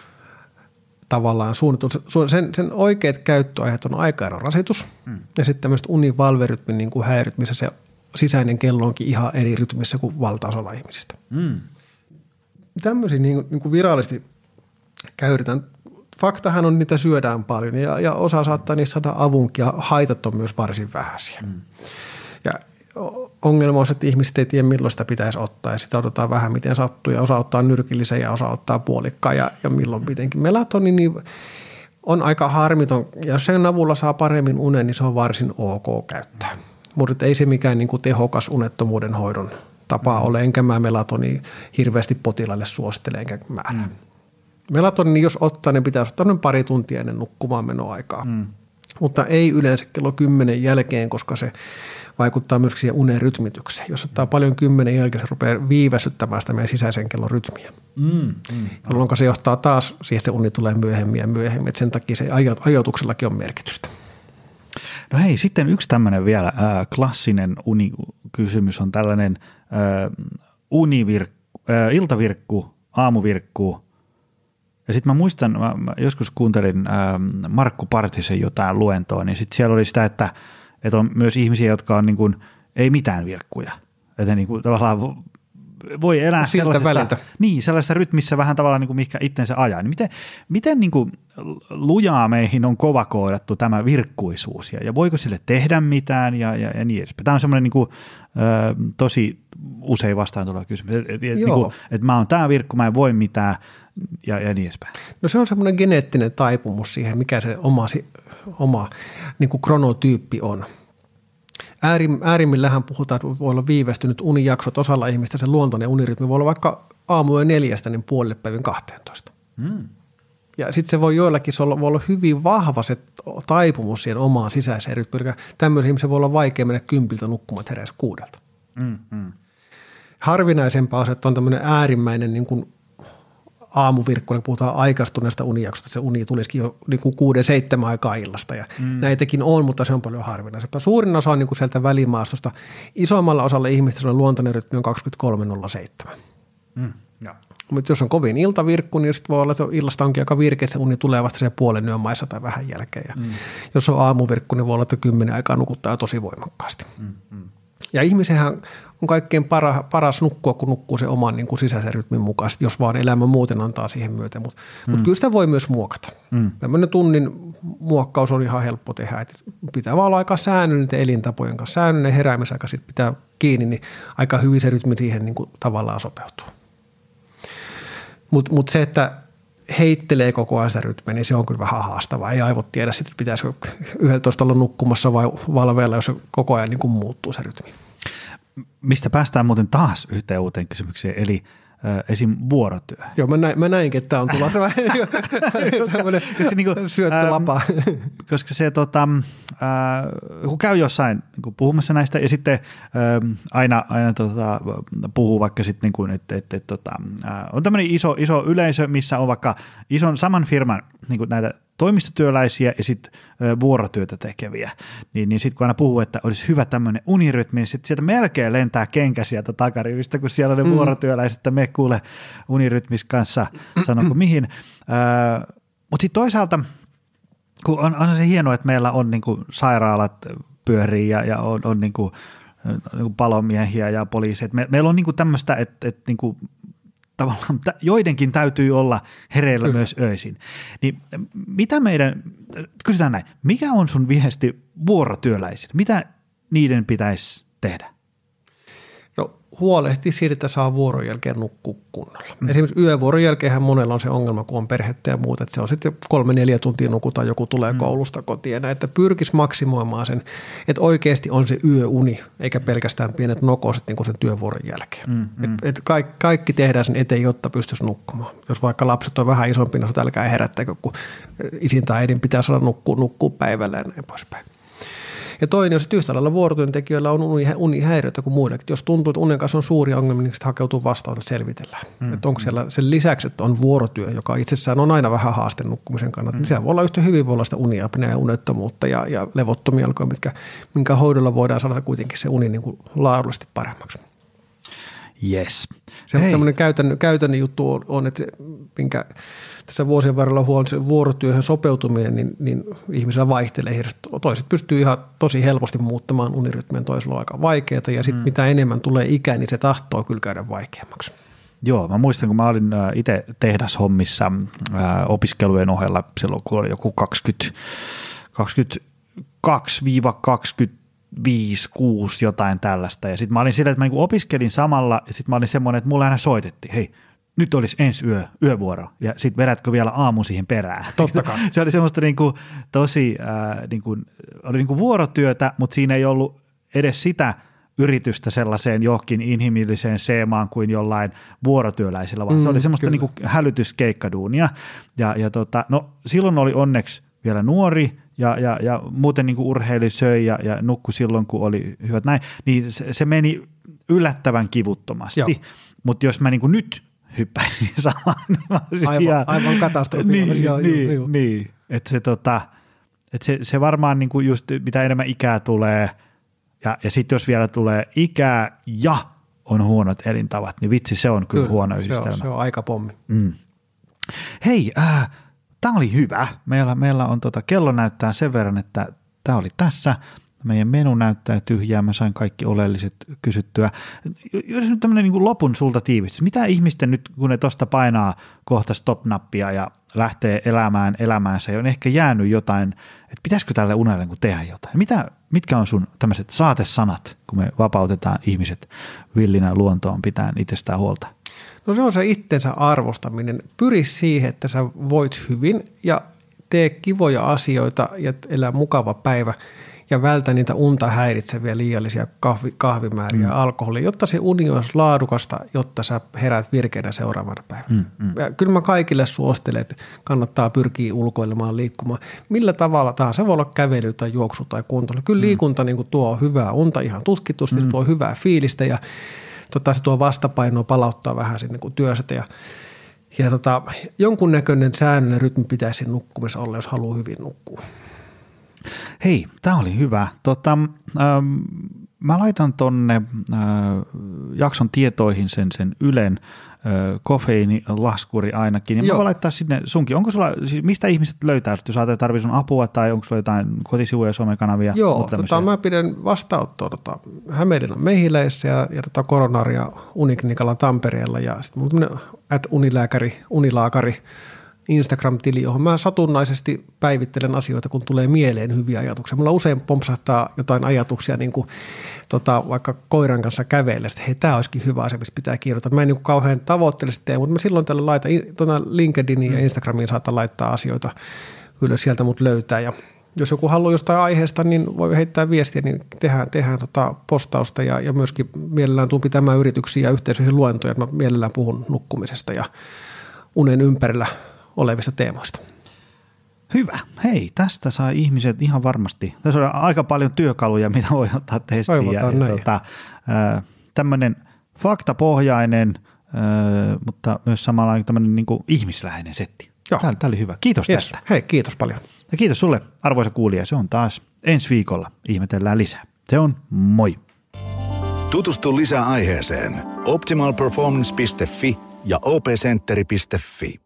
tavallaan suunniteltu. Sen, sen oikeat käyttöajat on aikaerorasitus mm. ja sitten tämmöiset univalverytmin niin kuin häiriöt, missä se sisäinen kello onkin ihan eri rytmissä kuin valtaosalla ihmisistä. Mm. Tämmöisiä niin kuin, niin kuin virallisesti käytetään. Faktahan on, niitä syödään paljon ja, ja osa saattaa niistä saada avunkin ja haitat on myös varsin vähäisiä. Mm. Ja ongelma on, että ihmiset ei tiedä, milloin sitä pitäisi ottaa ja sitä otetaan vähän miten sattuu ja osa ottaa nyrkillisen ja osa ottaa puolikkaan ja, ja milloin mitenkin. Melatoniini on aika harmiton ja jos sen avulla saa paremmin unen, niin se on varsin ok käyttää. Mutta ei se mikään niin kuin tehokas unettomuuden hoidon tapa mm. ole, enkä mä melatoniini hirveästi potilaille suosittele enkä määrä. Mm. Melatoniini, jos ottaa, niin pitäisi ottaa noin pari tuntia ennen nukkumaan menoaikaa. Mm. mutta ei yleensä kello kymmenen jälkeen, koska se vaikuttaa myöskin siihen unen rytmitykseen. Jos ottaa paljon kymmenen jälkeen, se rupeaa viivästyttämään sitä meidän sisäisen kellon rytmiä. Mm, mm, jolloin se johtaa taas siihen, että se uni tulee myöhemmin ja myöhemmin. Et sen takia se ajoituksellakin on merkitystä. No hei, sitten yksi tämmöinen vielä äh, klassinen unikysymys on tällainen äh, univirkku, äh, iltavirkku, aamuvirkku. Ja sitten mä muistan, mä, mä joskus kuuntelin äh, Markku Partisen jotain luentoa, niin sitten siellä oli sitä, että, että on myös ihmisiä, jotka on niin kuin, ei mitään virkkuja. Että niin kuin tavallaan voi elää sellaisessa, niin, sellaisessa rytmissä vähän tavallaan niin kuin mihinkä itsensä ajaa. Niin miten miten niin kuin lujaa meihin on koodattu tämä virkkuisuus ja, ja voiko sille tehdä mitään ja, ja, ja niin edespäin. Tämä on semmoinen niin kuin, ö, tosi usein vastaan tuleva kysymys, että et, niin et mä oon tämä virkku, mä en voi mitään ja, ja niin edespäin. No se on semmoinen geneettinen taipumus siihen, mikä se oma, oma niin kuin kronotyyppi on. Äärim, äärimmillähän puhutaan, että voi olla viivästynyt unijaksot osalla ihmistä, se luontainen unirytmi voi olla vaikka aamujen neljästä niin puolelle päivän kahteentoista. Hmm. Ja sitten se voi joillakin se olla, voi olla hyvin vahva se taipumus siihen omaan sisäiseen rytmiin. Tämmöisen ihmisen voi olla vaikea mennä kympiltä nukkumaan, että heräisi kuudelta. Hmm, hmm. Harvinaisempaa on se, että on tämmöinen äärimmäinen niin kuin aamuvirkku, kun puhutaan aikastuneesta unijaksosta, että se uni tulisikin jo niin kuin kuuden, seitsemän aikaa illasta ja mm. näitäkin on, mutta se on paljon harvinaisempaa. Suurin osa on niin kuin sieltä välimaastosta. Isommalla osalla ihmistä sellainen luontainen rytmi on kaksikymmentäkolme nolla seitsemän. Mm. Mutta jos on kovin iltavirkku, niin sitten voi olla, että illasta onkin aika virkeä, se uni tulee vasta sen puolen yön maissa tai vähän jälkeen. Ja mm. jos on aamuvirkku, niin voi olla, että kymmenen aikaa nukuttaa jo tosi voimakkaasti. Mm. Mm. Ja ihmisenhän on kaikkein para, paras nukkua, kun nukkuu se oman niin kuin sisäisen rytmin mukaan, jos vaan elämä muuten antaa siihen myöten. Mutta mm. mut kyllä sitä voi myös muokata. Mm. Tämmöinen tunnin muokkaus on ihan helppo tehdä. Et pitää vaan olla aika säännöllinen elintapojen kanssa. Säännöllinen heräämisaika sitten pitää kiinni, niin aika hyvin se rytmi siihen niin kuin tavallaan sopeutuu. Mutta mut se, että heittelee koko ajan sitä rytmiä, niin se on kyllä vähän haastavaa. Ei aivot tiedä sitten, että pitäisikö yhdeltätoista olla nukkumassa vai valveilla, jos se koko ajan niin kuin muuttuu se rytmi. Mistä päästään muuten taas yhteen uuteen kysymykseen, eli äh, esim. Vuorotyö. Joo, mä, näin, mä näinkin, että tämä on tulossa vähän semmoinen niinku, syöttölapa. Ähm, koska se, tota, äh, kun käy jossain niin puhumassa näistä ja sitten äh, aina, aina tota, puhuu vaikka sitten, niin että et, et, tota, äh, on tämmöinen iso, iso yleisö, missä on vaikka ison saman firman niin näitä toimistotyöläisiä ja sitten vuorotyötä tekeviä, niin, niin sitten kun aina puhuu, että olisi hyvä tämmöinen unirytmi, niin sitten sieltä melkein lentää kenkä sieltä takarivistä, kun siellä on ne mm. vuorotyöläiset, että me kuule unirytmis kanssa, sanonko mihin. Äh, mutta sitten toisaalta, kun on, on se hienoa, että meillä on niinku sairaalat pyörii ja, ja on, on niinku, niinku palomiehiä ja poliiseja. Me, meillä on niinku tämmöistä, että et niinku tavallaan joidenkin täytyy olla hereillä Kyllä. myös öisin. Niin mitä meidän, kysytään näin, mikä on sun viesti vuorotyöläisille? Mitä niiden pitäisi tehdä? No huolehti siitä, että saa vuoron jälkeen nukkua kunnolla. Mm. Esimerkiksi yövuoron jälkeenhän monella on se ongelma, kun on perhettä ja muuta, että se on sitten kolme neljä tuntia nukutaan, joku tulee mm. koulusta kotiin, ja että pyrkisi maksimoimaan sen, että oikeasti on se yöuni, eikä pelkästään pienet nokoset niin kuin sen työvuoron jälkeen. Mm. Mm. Että et kaikki, kaikki tehdään sen eteen, jotta pystyisi nukkumaan. Jos vaikka lapset on vähän isompina, niin älkää herättäkö, kun isin tai äidin pitää saada nukkua, nukkua päivällä ja näin poispäin. Ja toinen, jos yhtä lailla vuorotyöntekijöillä on unihäiriöitä kuin muillekin. Jos tuntuu, että unen kanssa on suuri ongelma, niin sitten hakeutuu vastaan, että selvitellään. Mm. Että onko siellä sen lisäksi, että on vuorotyö, joka itsessään on aina vähän haaste nukkumisen kannalta, mm. niin siellä voi olla yhtä hyvin voi olla sitä uniapnea ja unettomuutta ja, ja levottomia alkoja, mitkä, minkä hoidolla voidaan saada kuitenkin se uni niin kuin laadullisesti paremmaksi. Yes. Se on semmoinen käytännön, käytännön juttu on, on, että minkä tässä vuosien varrella huon se vuorotyöhön sopeutuminen, niin, niin ihmisillä vaihtelee hirveästi. Toiset pystyy ihan tosi helposti muuttamaan unirytmien, toisella on aika vaikeaa ja sitten mm. mitä enemmän tulee ikään, niin se tahtoo kyllä käydä vaikeammaksi. Joo, mä muistan, kun mä olin itse tehdashommissa ää, opiskelujen ohella silloin, kun oli joku kaksikymmentä, kaksikymmentäkaksi kaksikymmentäviisi, kuusi jotain tällaista. Ja sitten mä olin sillä, että mä niinku opiskelin samalla ja sitten mä olin semmoinen, että mulle aina soitettiin, hei, nyt olisi ensi yö, yövuoro, ja sitten vedätkö vielä aamu siihen perään. Totta kai. Se oli semmoista niinku, tosi, äh, niinku, oli niinku vuorotyötä, mutta siinä ei ollut edes sitä yritystä sellaiseen johonkin inhimilliseen seemaan kuin jollain vuorotyöläisillä, vaan mm, se oli semmoista niinku hälytyskeikkaduunia. Ja, ja tota, no, silloin oli onneksi vielä nuori ja, ja, ja muuten niin kuin urheili, söi ja, ja nukkui silloin, kun oli hyvät näin, niin se, se meni yllättävän kivuttomasti. Mutta jos mä niin kuin nyt hyppäisin samaan, niin mä olisin aivan, ihan, aivan katastrofi. niin, joo, niin, joo, joo. niin. Että se, tota, et se, se varmaan niin kuin just mitä enemmän ikää tulee, ja, ja sitten jos vielä tulee ikää ja on huonot elintavat, niin vitsi se on kyllä, kyllä huono yhdistelmä. Se on, se on aika pommi. Mm. Hei, äh, tämä oli hyvä. Meillä, meillä on tota, kello näyttää sen verran, että tämä oli tässä. Meidän menu näyttää tyhjää, mä sain kaikki oleelliset kysyttyä. Jos nyt tämmöinen niin kuin lopun sulta tiivistys, mitä ihmisten nyt, kun ne tuosta painaa kohta stop-nappia ja lähtee elämään elämäänsä, ja on ehkä jäänyt jotain, että pitäisikö tälle unelle niin tehdä jotain? Mitä, mitkä on sun tämmöiset saatesanat, kun me vapautetaan ihmiset villinä luontoon pitäen itsestään huolta? No se on se itsensä arvostaminen. Pyri siihen, että sä voit hyvin ja tee kivoja asioita ja elää mukava päivä ja vältä niitä unta häiritseviä liiallisia kahvi, kahvimääriä ja mm. alkoholia, jotta se uni olisi laadukasta, jotta sä heräät virkeänä seuraavana päivänä. Mm, mm. Ja kyllä mä kaikille suosittelen, että kannattaa pyrkiä ulkoilemaan, liikkumaan. Millä tavalla tahansa, se voi olla kävely tai juoksu tai kuntoilu. Kyllä mm. liikunta niin kuin tuo hyvää unta ihan tutkitusti, mm. se tuo hyvää fiilistä ja tota, se tuo vastapainoa, palauttaa vähän sinne kun työstä ja Ja tota, jonkunnäköinen säännöllinen rytmi pitäisi nukkumissa olla, jos haluaa hyvin nukkua. Hei, tämä oli hyvä. Tota, ähm, mä laitan tonne äh, jakson tietoihin sen, sen Ylen äh, kofeiinilaskuri ainakin. Ja mä voin laittaa sinne sunkin. Onko sulla, siis mistä ihmiset löytää, jos ajattelee tarvii sun apua tai onko sulla jotain kotisivuja, somekanavia? Joo, tota, mä pidän vastaanottoa tota, Hämeenlinnan Mehiläissä ja, ja tota Koronaria Uniklinikalla Tampereella ja sitten mulla on tämmöinen at unilääkäri, unilaakari Instagram-tili, johon mä satunnaisesti päivittelen asioita, kun tulee mieleen hyviä ajatuksia. Mulla usein pompsahtaa jotain ajatuksia, niin kuin tota, vaikka koiran kanssa kävellä, että hei, tämä olisikin hyvä asia, mistä pitää kirjoittaa. Mä en niin kuin kauhean tavoittelisi tee, mutta mä silloin tällä laitan, tuonne LinkedIniin ja Instagramiin saattaa laittaa asioita ylös, sieltä mut löytää. Ja jos joku haluaa jostain aiheesta, niin voi heittää viestiä, niin tehdään, tehdään tota postausta ja, ja myöskin mielellään tuun pitämään yrityksiä ja yhteisöihin luentoja, että mä mielellään puhun nukkumisesta ja unen ympärillä olevista teemoista. Hyvä. Hei, tästä saa ihmiset ihan varmasti. Tässä on aika paljon työkaluja, mitä voi ottaa testiin. Ja, ja tota, tämmöinen faktapohjainen, mutta myös samalla tämmöinen niin kuin ihmisläheinen setti. Joo. Tämä, tämä oli hyvä. Kiitos yes. tästä. Hei, kiitos paljon. Ja kiitos sulle, arvoisa kuulija. Se on taas ensi viikolla. Ihmetellään lisää. Se on moi. Tutustu lisää aiheeseen optimal performance piste fi ja o p centeri piste fi.